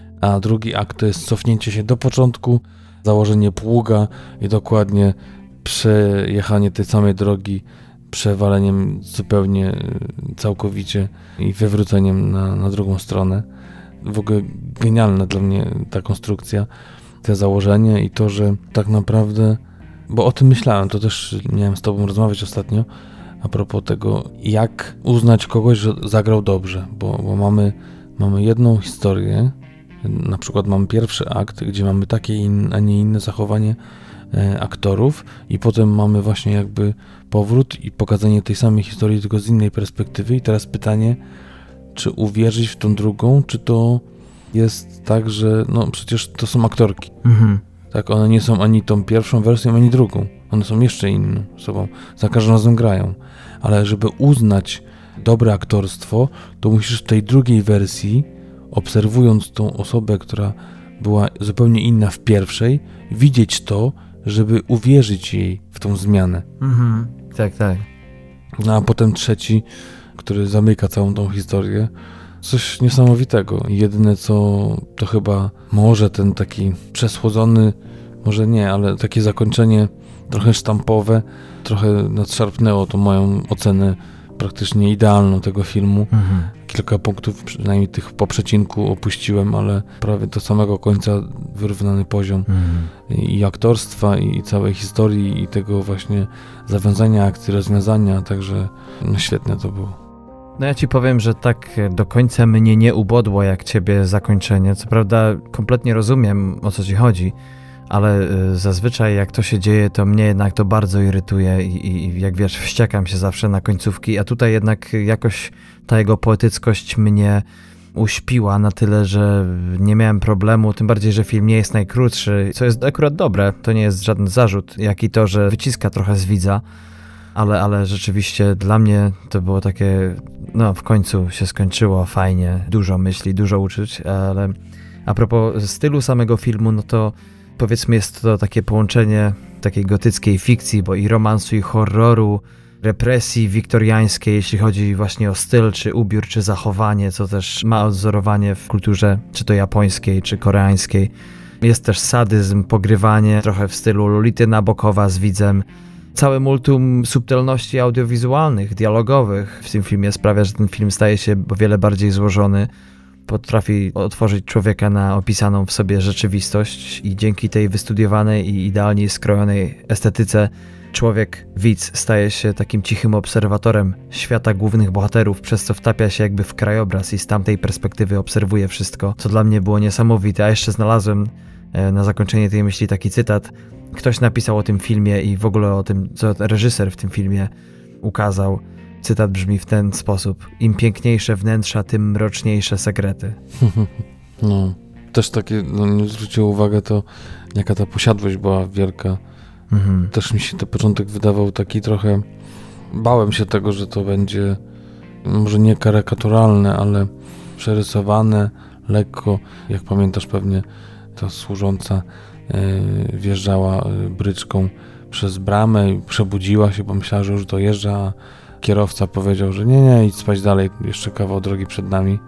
a drugi akt to jest cofnięcie się do początku, założenie pługa i dokładnie przejechanie tej samej drogi, przewaleniem zupełnie całkowicie i wywróceniem na, na drugą stronę. W ogóle genialna dla mnie ta konstrukcja, te założenie i to, że tak naprawdę, bo o tym myślałem, to też miałem z tobą rozmawiać ostatnio a propos tego, jak uznać kogoś, że zagrał dobrze, bo, bo mamy, mamy jedną historię, na przykład mamy pierwszy akt, gdzie mamy takie, in, a nie inne zachowanie e, aktorów i potem mamy właśnie jakby powrót i pokazanie tej samej historii, tylko z innej perspektywy i teraz pytanie, czy uwierzyć w tą drugą, czy to jest tak, że no przecież to są aktorki. Mhm. Tak, one nie są ani tą pierwszą wersją, ani drugą. One są jeszcze inną sobą. Za każdym razem grają. Ale żeby uznać dobre aktorstwo, to musisz w tej drugiej wersji, obserwując tą osobę, która była zupełnie inna w pierwszej, widzieć to, żeby uwierzyć jej w tą zmianę. Mhm. Tak, tak. No a potem trzeci, który zamyka całą tą historię. Coś niesamowitego. Jedyne co to chyba może ten taki przesłodzony, może nie, ale takie zakończenie trochę sztampowe, trochę nadszarpnęło tą moją ocenę praktycznie idealną tego filmu. Mhm. Kilka punktów, przynajmniej tych po przecinku opuściłem, ale prawie do samego końca wyrównany poziom mhm. i aktorstwa, i całej historii, i tego właśnie zawiązania akcji, rozwiązania, także no świetne to było. No ja ci powiem, że tak do końca mnie nie ubodło jak ciebie zakończenie. Co prawda kompletnie rozumiem, o co ci chodzi, ale zazwyczaj jak to się dzieje, to mnie jednak to bardzo irytuje i, i jak wiesz, wściekam się zawsze na końcówki, a tutaj jednak jakoś ta jego poetyckość mnie uśpiła na tyle, że nie miałem problemu, tym bardziej, że film nie jest najkrótszy, co jest akurat dobre, to nie jest żaden zarzut, jak i to, że wyciska trochę z widza. Ale, ale rzeczywiście dla mnie to było takie, no w końcu się skończyło fajnie, dużo myśli, dużo uczuć, ale a propos stylu samego filmu, no to powiedzmy jest to takie połączenie takiej gotyckiej fikcji, bo i romansu, i horroru, represji wiktoriańskiej, jeśli chodzi właśnie o styl, czy ubiór, czy zachowanie, co też ma odzorowanie w kulturze, czy to japońskiej, czy koreańskiej. Jest też sadyzm, pogrywanie, trochę w stylu Lolity Nabokowa z widzem. Całe multum subtelności audiowizualnych, dialogowych w tym filmie sprawia, że ten film staje się o wiele bardziej złożony. Potrafi otworzyć człowieka na opisaną w sobie rzeczywistość i dzięki tej wystudiowanej i idealnie skrojonej estetyce człowiek, widz, staje się takim cichym obserwatorem świata głównych bohaterów, przez co wtapia się jakby w krajobraz i z tamtej perspektywy obserwuje wszystko, co dla mnie było niesamowite. A jeszcze znalazłem na zakończenie tej myśli taki cytat. Ktoś napisał o tym filmie i w ogóle o tym, co reżyser w tym filmie ukazał. Cytat brzmi w ten sposób: im piękniejsze wnętrza, tym mroczniejsze sekrety. No, też takie, no nie zwróciło uwagę to, jaka ta posiadłość była wielka. Mhm. Też mi się ten początek wydawał taki trochę... Bałem się tego, że to będzie może nie karykaturalne, ale przerysowane lekko. Jak pamiętasz, pewnie ta służąca yy, wjeżdżała yy, bryczką przez bramę i przebudziła się, pomyślała, że już dojeżdża, a kierowca powiedział, że nie, nie, idź spać dalej, jeszcze kawał drogi przed nami.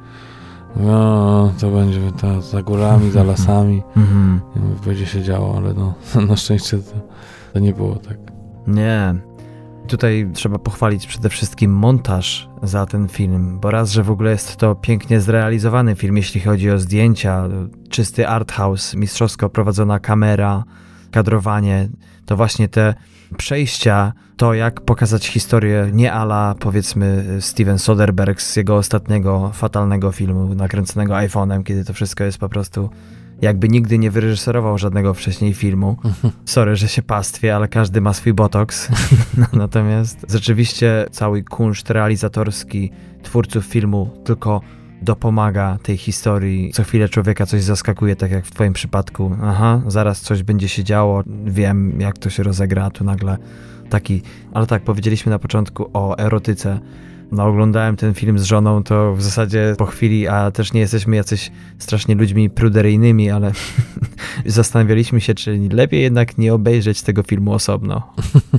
No, to będzie ta, za górami, za lasami. Mm-hmm. Będzie się działo, ale no, na szczęście to, to nie było tak. Nie. Tutaj trzeba pochwalić przede wszystkim montaż za ten film, bo raz, że w ogóle jest to pięknie zrealizowany film, jeśli chodzi o zdjęcia, czysty art house, mistrzowsko prowadzona kamera, kadrowanie, to właśnie te przejścia, to jak pokazać historię nie a la, powiedzmy, Steven Soderbergh z jego ostatniego fatalnego filmu nakręconego iPhone'em, kiedy to wszystko jest po prostu jakby nigdy nie wyreżyserował żadnego wcześniej filmu. Sorry, że się pastwię, ale każdy ma swój botoks. Natomiast rzeczywiście cały kunszt realizatorski twórców filmu tylko dopomaga tej historii. Co chwilę człowieka coś zaskakuje, tak jak w twoim przypadku. Aha, zaraz coś będzie się działo, wiem jak to się rozegra, tu nagle taki... Ale tak, powiedzieliśmy na początku o erotyce. No, oglądałem ten film z żoną, to w zasadzie po chwili, a też nie jesteśmy jacyś strasznie ludźmi pruderyjnymi, ale zastanawialiśmy się, czy lepiej jednak nie obejrzeć tego filmu osobno.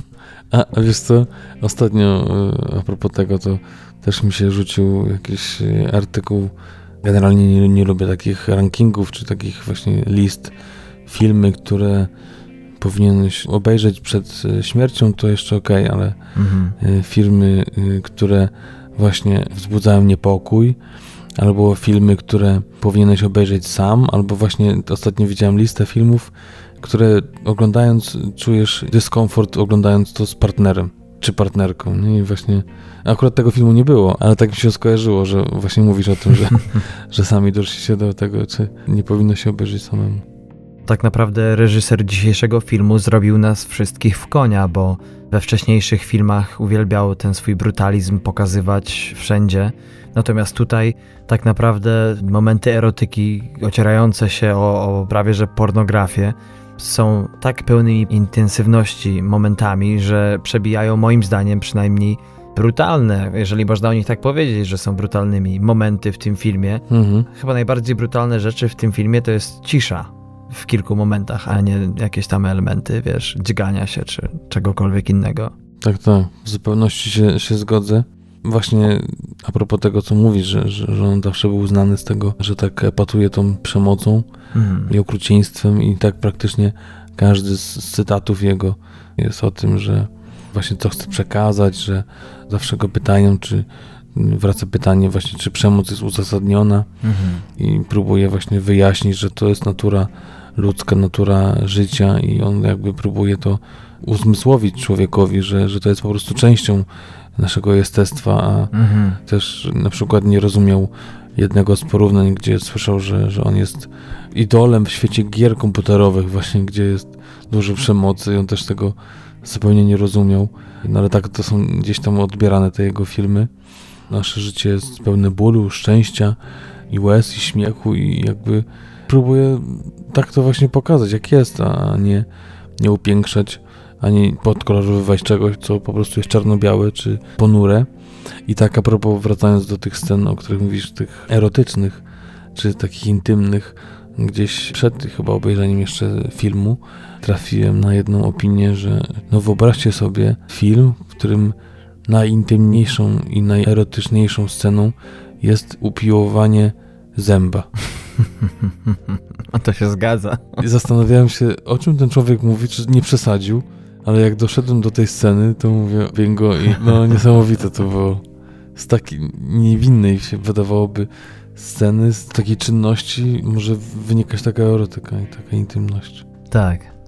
A, a wiesz co, ostatnio a propos tego, to też mi się rzucił jakiś artykuł. Generalnie nie, nie lubię takich rankingów, czy takich właśnie list. Filmy, które powinieneś obejrzeć przed śmiercią, to jeszcze okej, okay, ale mhm. filmy, które właśnie wzbudzają niepokój, albo filmy, które powinieneś obejrzeć sam, albo właśnie ostatnio widziałem listę filmów, które oglądając czujesz dyskomfort, oglądając to z partnerem czy partnerką. Nie? I właśnie akurat tego filmu nie było, ale tak mi się skojarzyło, że właśnie mówisz o tym, że, że sami doszliście do tego, czy nie powinno się obejrzeć samemu. Tak naprawdę reżyser dzisiejszego filmu zrobił nas wszystkich w konia, bo we wcześniejszych filmach uwielbiał ten swój brutalizm pokazywać wszędzie. Natomiast tutaj tak naprawdę momenty erotyki ocierające się o, o prawie że pornografię są tak pełnymi intensywności momentami, że przebijają moim zdaniem przynajmniej brutalne, jeżeli można o nich tak powiedzieć, że są brutalnymi momenty w tym filmie. Mhm. Chyba najbardziej brutalne rzeczy w tym filmie to jest cisza w kilku momentach, a nie jakieś tam elementy, wiesz, dźgania się czy czegokolwiek innego. Tak, tak. W zupełności się, się zgodzę. Właśnie a propos tego, co mówisz, że, że, że on zawsze był znany z tego, że tak epatuje tą przemocą mhm. i okrucieństwem i tak praktycznie każdy z, z cytatów jego jest o tym, że właśnie co chce przekazać, że zawsze go pytają, czy wraca pytanie właśnie, czy przemoc jest uzasadniona mhm. i próbuje właśnie wyjaśnić, że to jest natura ludzka, natura życia i on jakby próbuje to uzmysłowić człowiekowi, że, że to jest po prostu częścią naszego jestestwa, a mhm. też na przykład nie rozumiał jednego z porównań, gdzie słyszał, że, że on jest idolem w świecie gier komputerowych właśnie, gdzie jest dużo przemocy i on też tego zupełnie nie rozumiał, no ale tak to są gdzieś tam odbierane te jego filmy. Nasze życie jest pełne bólu, szczęścia i łez i śmiechu i jakby próbuje tak to właśnie pokazać, jak jest, a nie, nie upiększać, ani podkolorowywać czegoś, co po prostu jest czarno-białe czy ponure. I tak a propos, wracając do tych scen, o których mówisz, tych erotycznych, czy takich intymnych, gdzieś przed chyba obejrzeniem jeszcze filmu trafiłem na jedną opinię, że no wyobraźcie sobie film, w którym najintymniejszą i najerotyczniejszą sceną jest upiłowanie zęba. A to się zgadza. I zastanawiałem się, o czym ten człowiek mówi, czy nie przesadził, ale jak doszedłem do tej sceny, to mówię bingo i no niesamowite to było. Z takiej niewinnej się wydawałoby sceny, z takiej czynności może wynikać taka erotyka i taka intymność. Tak.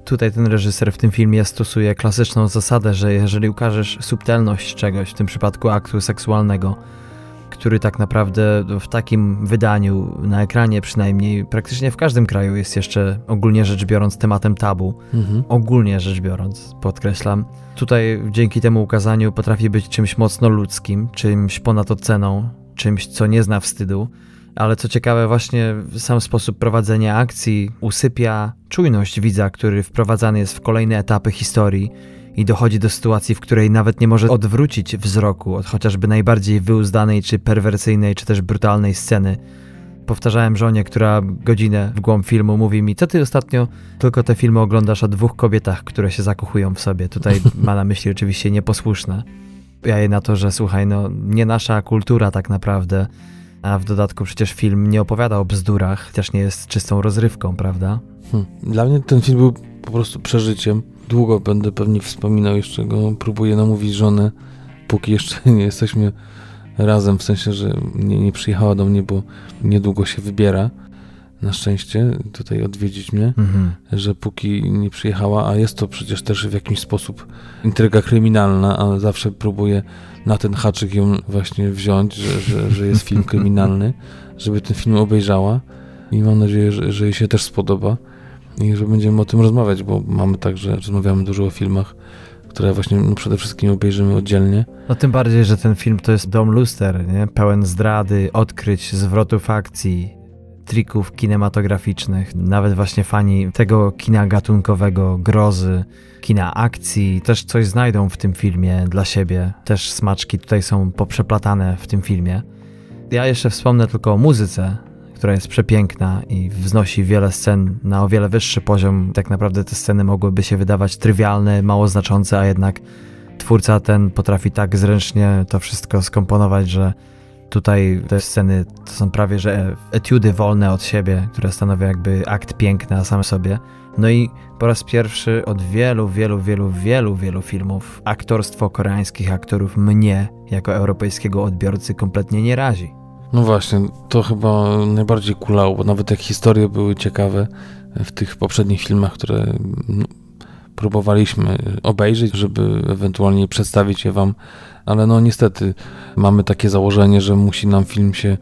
Tutaj ten reżyser w tym filmie stosuje klasyczną zasadę, że jeżeli ukażesz subtelność czegoś, w tym przypadku aktu seksualnego, który tak naprawdę w takim wydaniu, na ekranie przynajmniej, praktycznie w każdym kraju jest jeszcze ogólnie rzecz biorąc tematem tabu. Mhm. Ogólnie rzecz biorąc, podkreślam. Tutaj dzięki temu ukazaniu potrafi być czymś mocno ludzkim, czymś ponad oceną, czymś, co nie zna wstydu. Ale co ciekawe, właśnie sam sposób prowadzenia akcji usypia czujność widza, który wprowadzany jest w kolejne etapy historii i dochodzi do sytuacji, w której nawet nie może odwrócić wzroku od chociażby najbardziej wyuzdanej, czy perwersyjnej, czy też brutalnej sceny. Powtarzałem żonie, która godzinę w głąb filmu mówi mi, co ty ostatnio tylko te filmy oglądasz o dwóch kobietach, które się zakochują w sobie. Tutaj ma na myśli oczywiście nieposłuszne. Ja jej na to, że słuchaj, no nie nasza kultura tak naprawdę, a w dodatku przecież film nie opowiada o bzdurach, też nie jest czystą rozrywką, prawda? Hmm. Dla mnie ten film był po prostu przeżyciem. Długo będę pewnie wspominał, jeszcze go próbuję namówić żonę, póki jeszcze nie jesteśmy razem, w sensie, że nie, nie przyjechała do mnie, bo niedługo się wybiera, na szczęście, tutaj odwiedzić mnie, mhm. że póki nie przyjechała, a jest to przecież też w jakiś sposób intryga kryminalna, ale zawsze próbuję na ten haczyk ją właśnie wziąć, że, że, że jest film kryminalny, żeby ten film obejrzała i mam nadzieję, że, że jej się też spodoba i że będziemy o tym rozmawiać, bo mamy tak, że rozmawiamy dużo o filmach, które właśnie no, przede wszystkim obejrzymy oddzielnie. No tym bardziej, że ten film to jest dom luster, nie? Pełen zdrady, odkryć, zwrotów akcji, trików kinematograficznych. Nawet właśnie fani tego kina gatunkowego, grozy, kina akcji też coś znajdą w tym filmie dla siebie. Też smaczki tutaj są poprzeplatane w tym filmie. Ja jeszcze wspomnę tylko o muzyce, która jest przepiękna i wznosi wiele scen na o wiele wyższy poziom. Tak naprawdę te sceny mogłyby się wydawać trywialne, mało znaczące, a jednak twórca ten potrafi tak zręcznie to wszystko skomponować, że tutaj te sceny to są prawie że etiudy wolne od siebie, które stanowią jakby akt piękna sam sobie. No i po raz pierwszy od wielu, wielu, wielu, wielu, wielu filmów aktorstwo koreańskich aktorów mnie, jako europejskiego odbiorcy, kompletnie nie razi. No właśnie, to chyba najbardziej kulało, bo nawet jak historie były ciekawe w tych poprzednich filmach, które no, próbowaliśmy obejrzeć, żeby ewentualnie przedstawić je wam, ale no niestety mamy takie założenie, że musi nam film się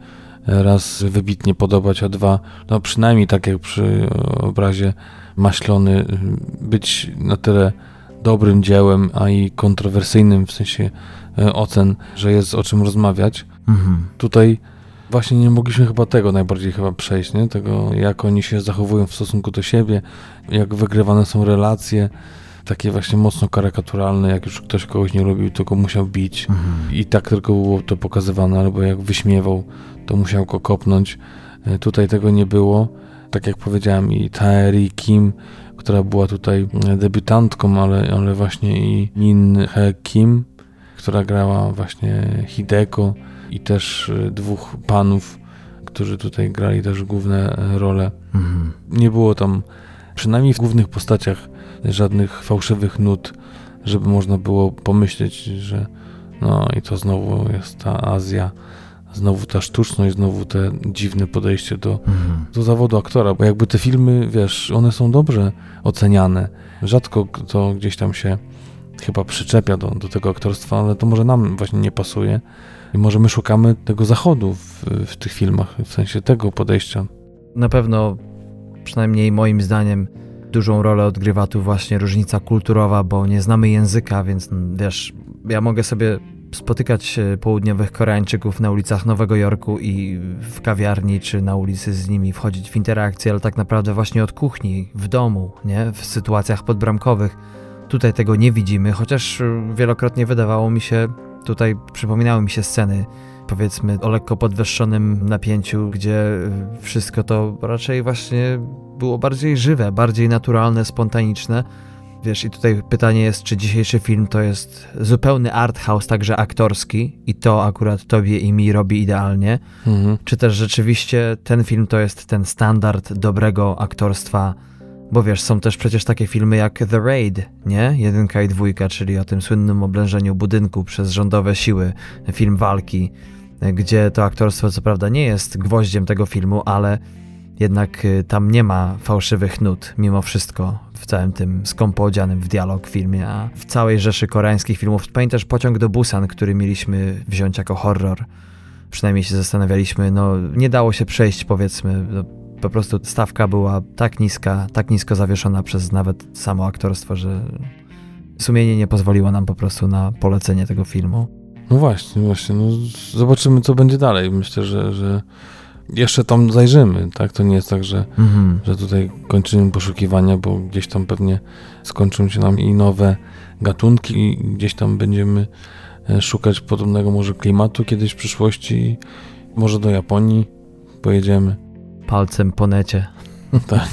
raz wybitnie podobać, a dwa, no przynajmniej tak jak przy obrazie Maślony, być na tyle dobrym dziełem, a i kontrowersyjnym w sensie ocen, że jest o czym rozmawiać. Mhm. Tutaj właśnie nie mogliśmy chyba tego najbardziej chyba przejść, nie? Tego, jak oni się zachowują w stosunku do siebie, jak wygrywane są relacje, takie właśnie mocno karykaturalne, jak już ktoś kogoś nie lubił, to go musiał bić mhm. i tak tylko było to pokazywane, albo jak wyśmiewał, to musiał go kopnąć. Tutaj tego nie było. Tak jak powiedziałem, i Tae-ri Kim, która była tutaj debiutantką, ale, ale właśnie i Min Hye Kim, która grała właśnie Hideko, i też dwóch panów, którzy tutaj grali też główne role. Mhm. Nie było tam, przynajmniej w głównych postaciach, żadnych fałszywych nut, żeby można było pomyśleć, że no i to znowu jest ta Azja, znowu ta sztuczność, znowu te dziwne podejście do, mhm. do zawodu aktora, bo jakby te filmy, wiesz, one są dobrze oceniane. Rzadko to gdzieś tam się chyba przyczepia do, do tego aktorstwa, ale to może nam właśnie nie pasuje. I może my szukamy tego zachodu w, w tych filmach, w sensie tego podejścia. Na pewno, przynajmniej moim zdaniem, dużą rolę odgrywa tu właśnie różnica kulturowa, bo nie znamy języka, więc wiesz, ja mogę sobie spotykać południowych Koreańczyków na ulicach Nowego Jorku i w kawiarni czy na ulicy z nimi wchodzić w interakcję, ale tak naprawdę właśnie od kuchni, w domu, nie? W sytuacjach podbramkowych. Tutaj tego nie widzimy, chociaż wielokrotnie wydawało mi się, tutaj przypominały mi się sceny, powiedzmy, o lekko podwyższonym napięciu, gdzie wszystko to raczej właśnie było bardziej żywe, bardziej naturalne, spontaniczne. Wiesz, i tutaj pytanie jest, czy dzisiejszy film to jest zupełny art house, także aktorski, i to akurat tobie i mi robi idealnie, mhm. czy też rzeczywiście ten film to jest ten standard dobrego aktorstwa. Bo wiesz, są też przecież takie filmy jak The Raid, nie? Jedynka i dwójka, czyli o tym słynnym oblężeniu budynku przez rządowe siły, film walki, gdzie to aktorstwo co prawda nie jest gwoździem tego filmu, ale jednak tam nie ma fałszywych nut, mimo wszystko, w całym tym skąpo odzianym w dialog filmie, a w całej rzeszy koreańskich filmów. Pamiętasz Pociąg do Busan, który mieliśmy wziąć jako horror? Przynajmniej się zastanawialiśmy, no nie dało się przejść, powiedzmy, no, po prostu stawka była tak niska, tak nisko zawieszona przez nawet samo aktorstwo, że sumienie nie pozwoliło nam po prostu na polecenie tego filmu. No właśnie, właśnie, no zobaczymy, co będzie dalej. Myślę, że, że jeszcze tam zajrzymy, tak? To nie jest tak, że, mhm. że tutaj kończymy poszukiwania, bo gdzieś tam pewnie skończą się nam i nowe gatunki i gdzieś tam będziemy szukać podobnego może klimatu kiedyś w przyszłości. Może do Japonii pojedziemy. Palcem po necie. Tak.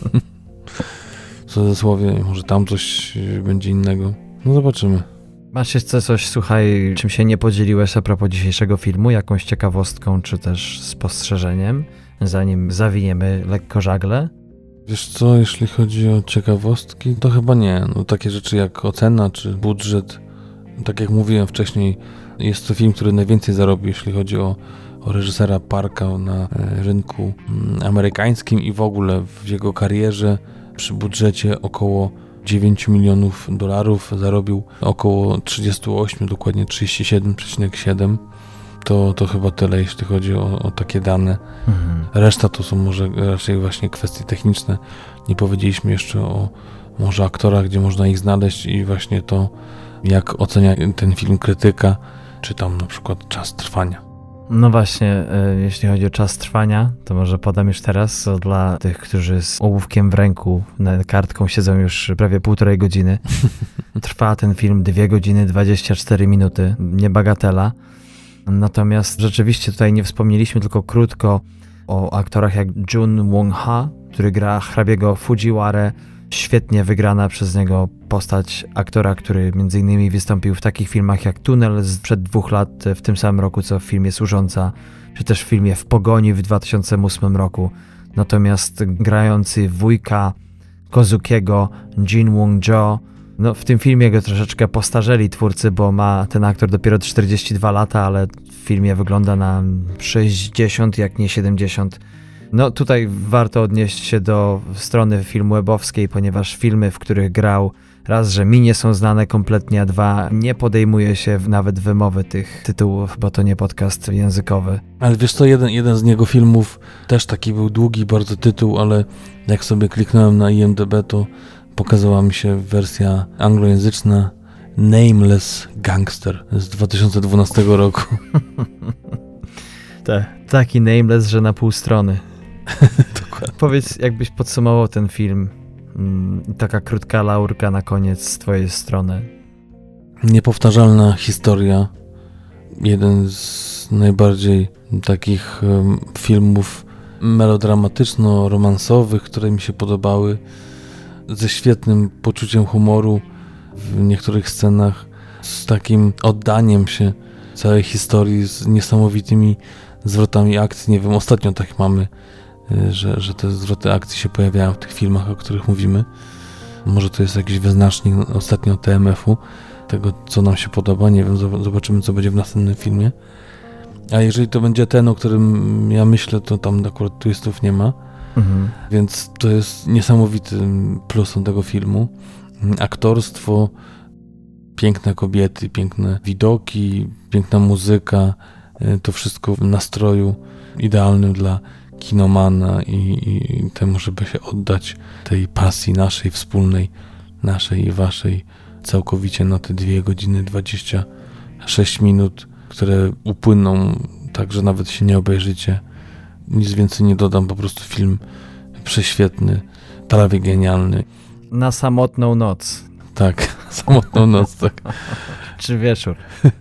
W cudzysłowie, może tam coś będzie innego. No zobaczymy. Masz jeszcze coś, słuchaj, czym się nie podzieliłeś a propos dzisiejszego filmu? Jakąś ciekawostką, czy też spostrzeżeniem, zanim zawiniemy lekko żagle? Wiesz co, jeśli chodzi o ciekawostki, to chyba nie. No takie rzeczy jak ocena, czy budżet. Tak jak mówiłem wcześniej, jest to film, który najwięcej zarobił, jeśli chodzi o, o reżysera Parka na rynku amerykańskim i w ogóle w jego karierze. Przy budżecie około dziewięć milionów dolarów zarobił około trzydzieści osiem, dokładnie trzydzieści siedem przecinek siedem. To, to chyba tyle, jeśli chodzi o, o takie dane. Mhm. Reszta to są może raczej właśnie kwestie techniczne. Nie powiedzieliśmy jeszcze o może aktorach, gdzie można ich znaleźć i właśnie to, jak ocenia ten film krytyka, czy tam na przykład czas trwania. No właśnie, jeśli chodzi o czas trwania, to może podam już teraz, co dla tych, którzy z ołówkiem w ręku, nad kartką siedzą już prawie półtorej godziny. Trwa ten film dwie godziny dwadzieścia cztery minuty, nie bagatela. Natomiast rzeczywiście tutaj nie wspomnieliśmy tylko krótko o aktorach jak Jun Wong-ha, który gra hrabiego Fujiware, świetnie wygrana przez niego postać aktora, który między innymi wystąpił w takich filmach jak Tunel sprzed dwóch lat, w tym samym roku co w filmie Służąca, czy też w filmie W pogoni w dwa tysiące ósmym roku. Natomiast grający wujka Kozukiego Jin Wong-jo, no w tym filmie go troszeczkę postarzeli twórcy, bo ma ten aktor dopiero czterdzieści dwa lata, ale w filmie wygląda na sześćdziesiąt, jak nie siedemdziesiąt. No tutaj warto odnieść się do strony filmwebowskiej, ponieważ filmy, w których grał, raz, że mi nie są znane kompletnie, a dwa, nie podejmuje się nawet wymowy tych tytułów, bo to nie podcast językowy. Ale wiesz co, jeden, jeden z niego filmów też taki był długi bardzo tytuł, ale jak sobie kliknąłem na I M D B, to pokazała mi się wersja anglojęzyczna Nameless Gangster z dwa tysiące dwunastego roku. Te, taki nameless, że na pół strony. Powiedz, jakbyś podsumował ten film, taka krótka laurka na koniec z twojej strony. Niepowtarzalna historia. Jeden z najbardziej takich um, filmów melodramatyczno-romansowych, które mi się podobały, ze świetnym poczuciem humoru w niektórych scenach, z takim oddaniem się całej historii, z niesamowitymi zwrotami akcji. Nie wiem, ostatnio tak mamy, że, że te zwroty akcji się pojawiają w tych filmach, o których mówimy. Może to jest jakiś wyznacznik ostatnio T M F-u, tego, co nam się podoba. Nie wiem, zobaczymy, co będzie w następnym filmie. A jeżeli to będzie ten, o którym ja myślę, to tam akurat twistów nie ma. Mhm. Więc to jest niesamowity plusem tego filmu. Aktorstwo, piękne kobiety, piękne widoki, piękna muzyka, to wszystko w nastroju idealnym dla kinomana i, i temu, żeby się oddać tej pasji naszej wspólnej, naszej i waszej całkowicie na te dwie godziny dwadzieścia sześć minut, które upłyną tak, że nawet się nie obejrzycie. Nic więcej nie dodam, po prostu film prześwietny, prawie genialny. Na samotną noc. Tak, samotną noc, tak. Czy wieczór.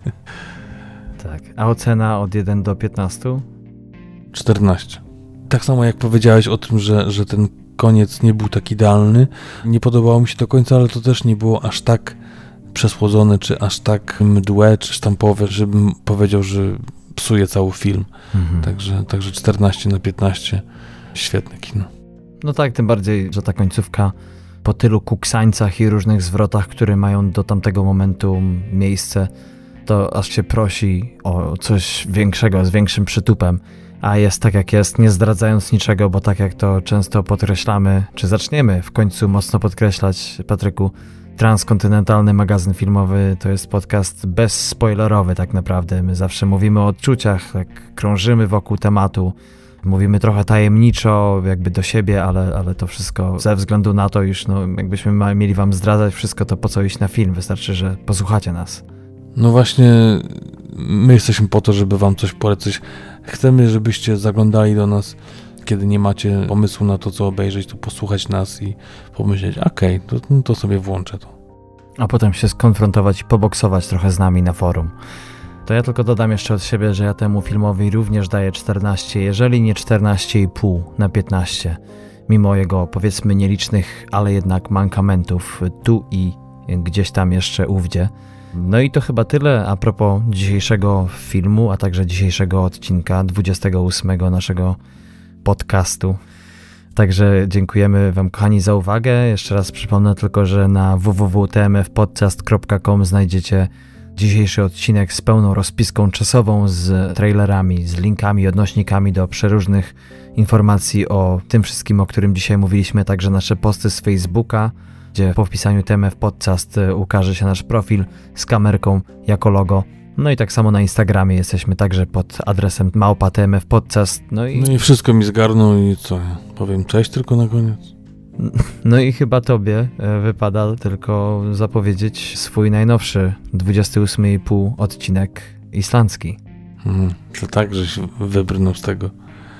Tak. A ocena od jeden do piętnastu? czternaście. Tak samo jak powiedziałeś o tym, że, że ten koniec nie był tak idealny. Nie podobało mi się do końca, ale to też nie było aż tak przesłodzone, czy aż tak mdłe, czy sztampowe, żebym powiedział, że psuje cały film. Mhm. Także, także czternaście na piętnaście. Świetne kino. No tak, tym bardziej, że ta końcówka po tylu kuksańcach i różnych zwrotach, które mają do tamtego momentu miejsce, to aż się prosi o coś większego, z większym przytupem. a jest tak jak jest, nie zdradzając niczego, bo tak jak to często podkreślamy, czy zaczniemy w końcu mocno podkreślać, Patryku, Transkontynentalny Magazyn Filmowy to jest podcast bezspoilerowy tak naprawdę. My zawsze mówimy o odczuciach, tak krążymy wokół tematu, mówimy trochę tajemniczo, jakby do siebie, ale, ale to wszystko ze względu na to, już no, jakbyśmy mieli wam zdradzać wszystko, to po co iść na film? Wystarczy, że posłuchacie nas. No właśnie, my jesteśmy po to, żeby wam coś polecić. Chcemy, żebyście zaglądali do nas, kiedy nie macie pomysłu na to, co obejrzeć, to posłuchać nas i pomyśleć, okej, okay, to, no to sobie włączę to. A potem się skonfrontować i poboksować trochę z nami na forum. To ja tylko dodam jeszcze od siebie, że ja temu filmowi również daję czternaście, jeżeli nie czternaście i pół na piętnaście. Mimo jego, powiedzmy, nielicznych, ale jednak mankamentów tu i gdzieś tam jeszcze ówdzie. No i to chyba tyle a propos dzisiejszego filmu, a także dzisiejszego odcinka, dwudziestego ósmego naszego podcastu. Także dziękujemy wam, kochani, za uwagę. Jeszcze raz przypomnę tylko, że na w w w kropka t m f podcast kropka com znajdziecie dzisiejszy odcinek z pełną rozpiską czasową, z trailerami, z linkami, odnośnikami do przeróżnych informacji o tym wszystkim, o którym dzisiaj mówiliśmy, także nasze posty z Facebooka, gdzie po wpisaniu T M F Podcast ukaże się nasz profil z kamerką jako logo. No i tak samo na Instagramie jesteśmy także pod adresem małpa T M F Podcast. No i... no i wszystko mi zgarnął i co, powiem cześć tylko na koniec. No i chyba tobie wypada tylko zapowiedzieć swój najnowszy, dwudziesty ósmy i pół odcinek islandzki. Hmm, to tak, żeś wybrnął z tego.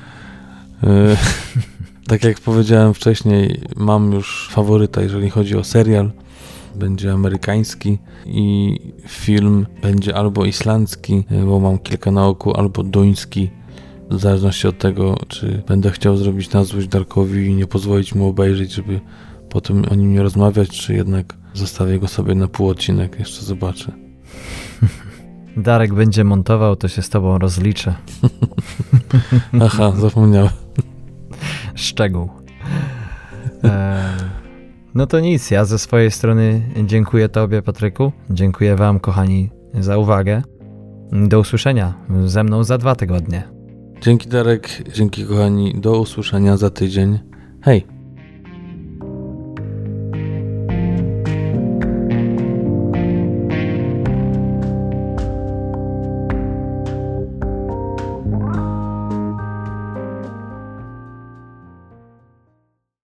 Tak jak powiedziałem wcześniej, mam już faworyta, jeżeli chodzi o serial. Będzie amerykański i film będzie albo islandzki, bo mam kilka na oku, albo duński. W zależności od tego, czy będę chciał zrobić na złość Darkowi i nie pozwolić mu obejrzeć, żeby potem o nim nie rozmawiać, czy jednak zostawię go sobie na pół odcinek, jeszcze zobaczę. Darek będzie montował, to się z tobą rozliczę. Aha, zapomniałem. Szczegół. E, no to nic, ja ze swojej strony dziękuję tobie, Patryku. Dziękuję wam, kochani, za uwagę. Do usłyszenia ze mną za dwa tygodnie. Dzięki, Darek, dzięki, kochani, do usłyszenia za tydzień. Hej!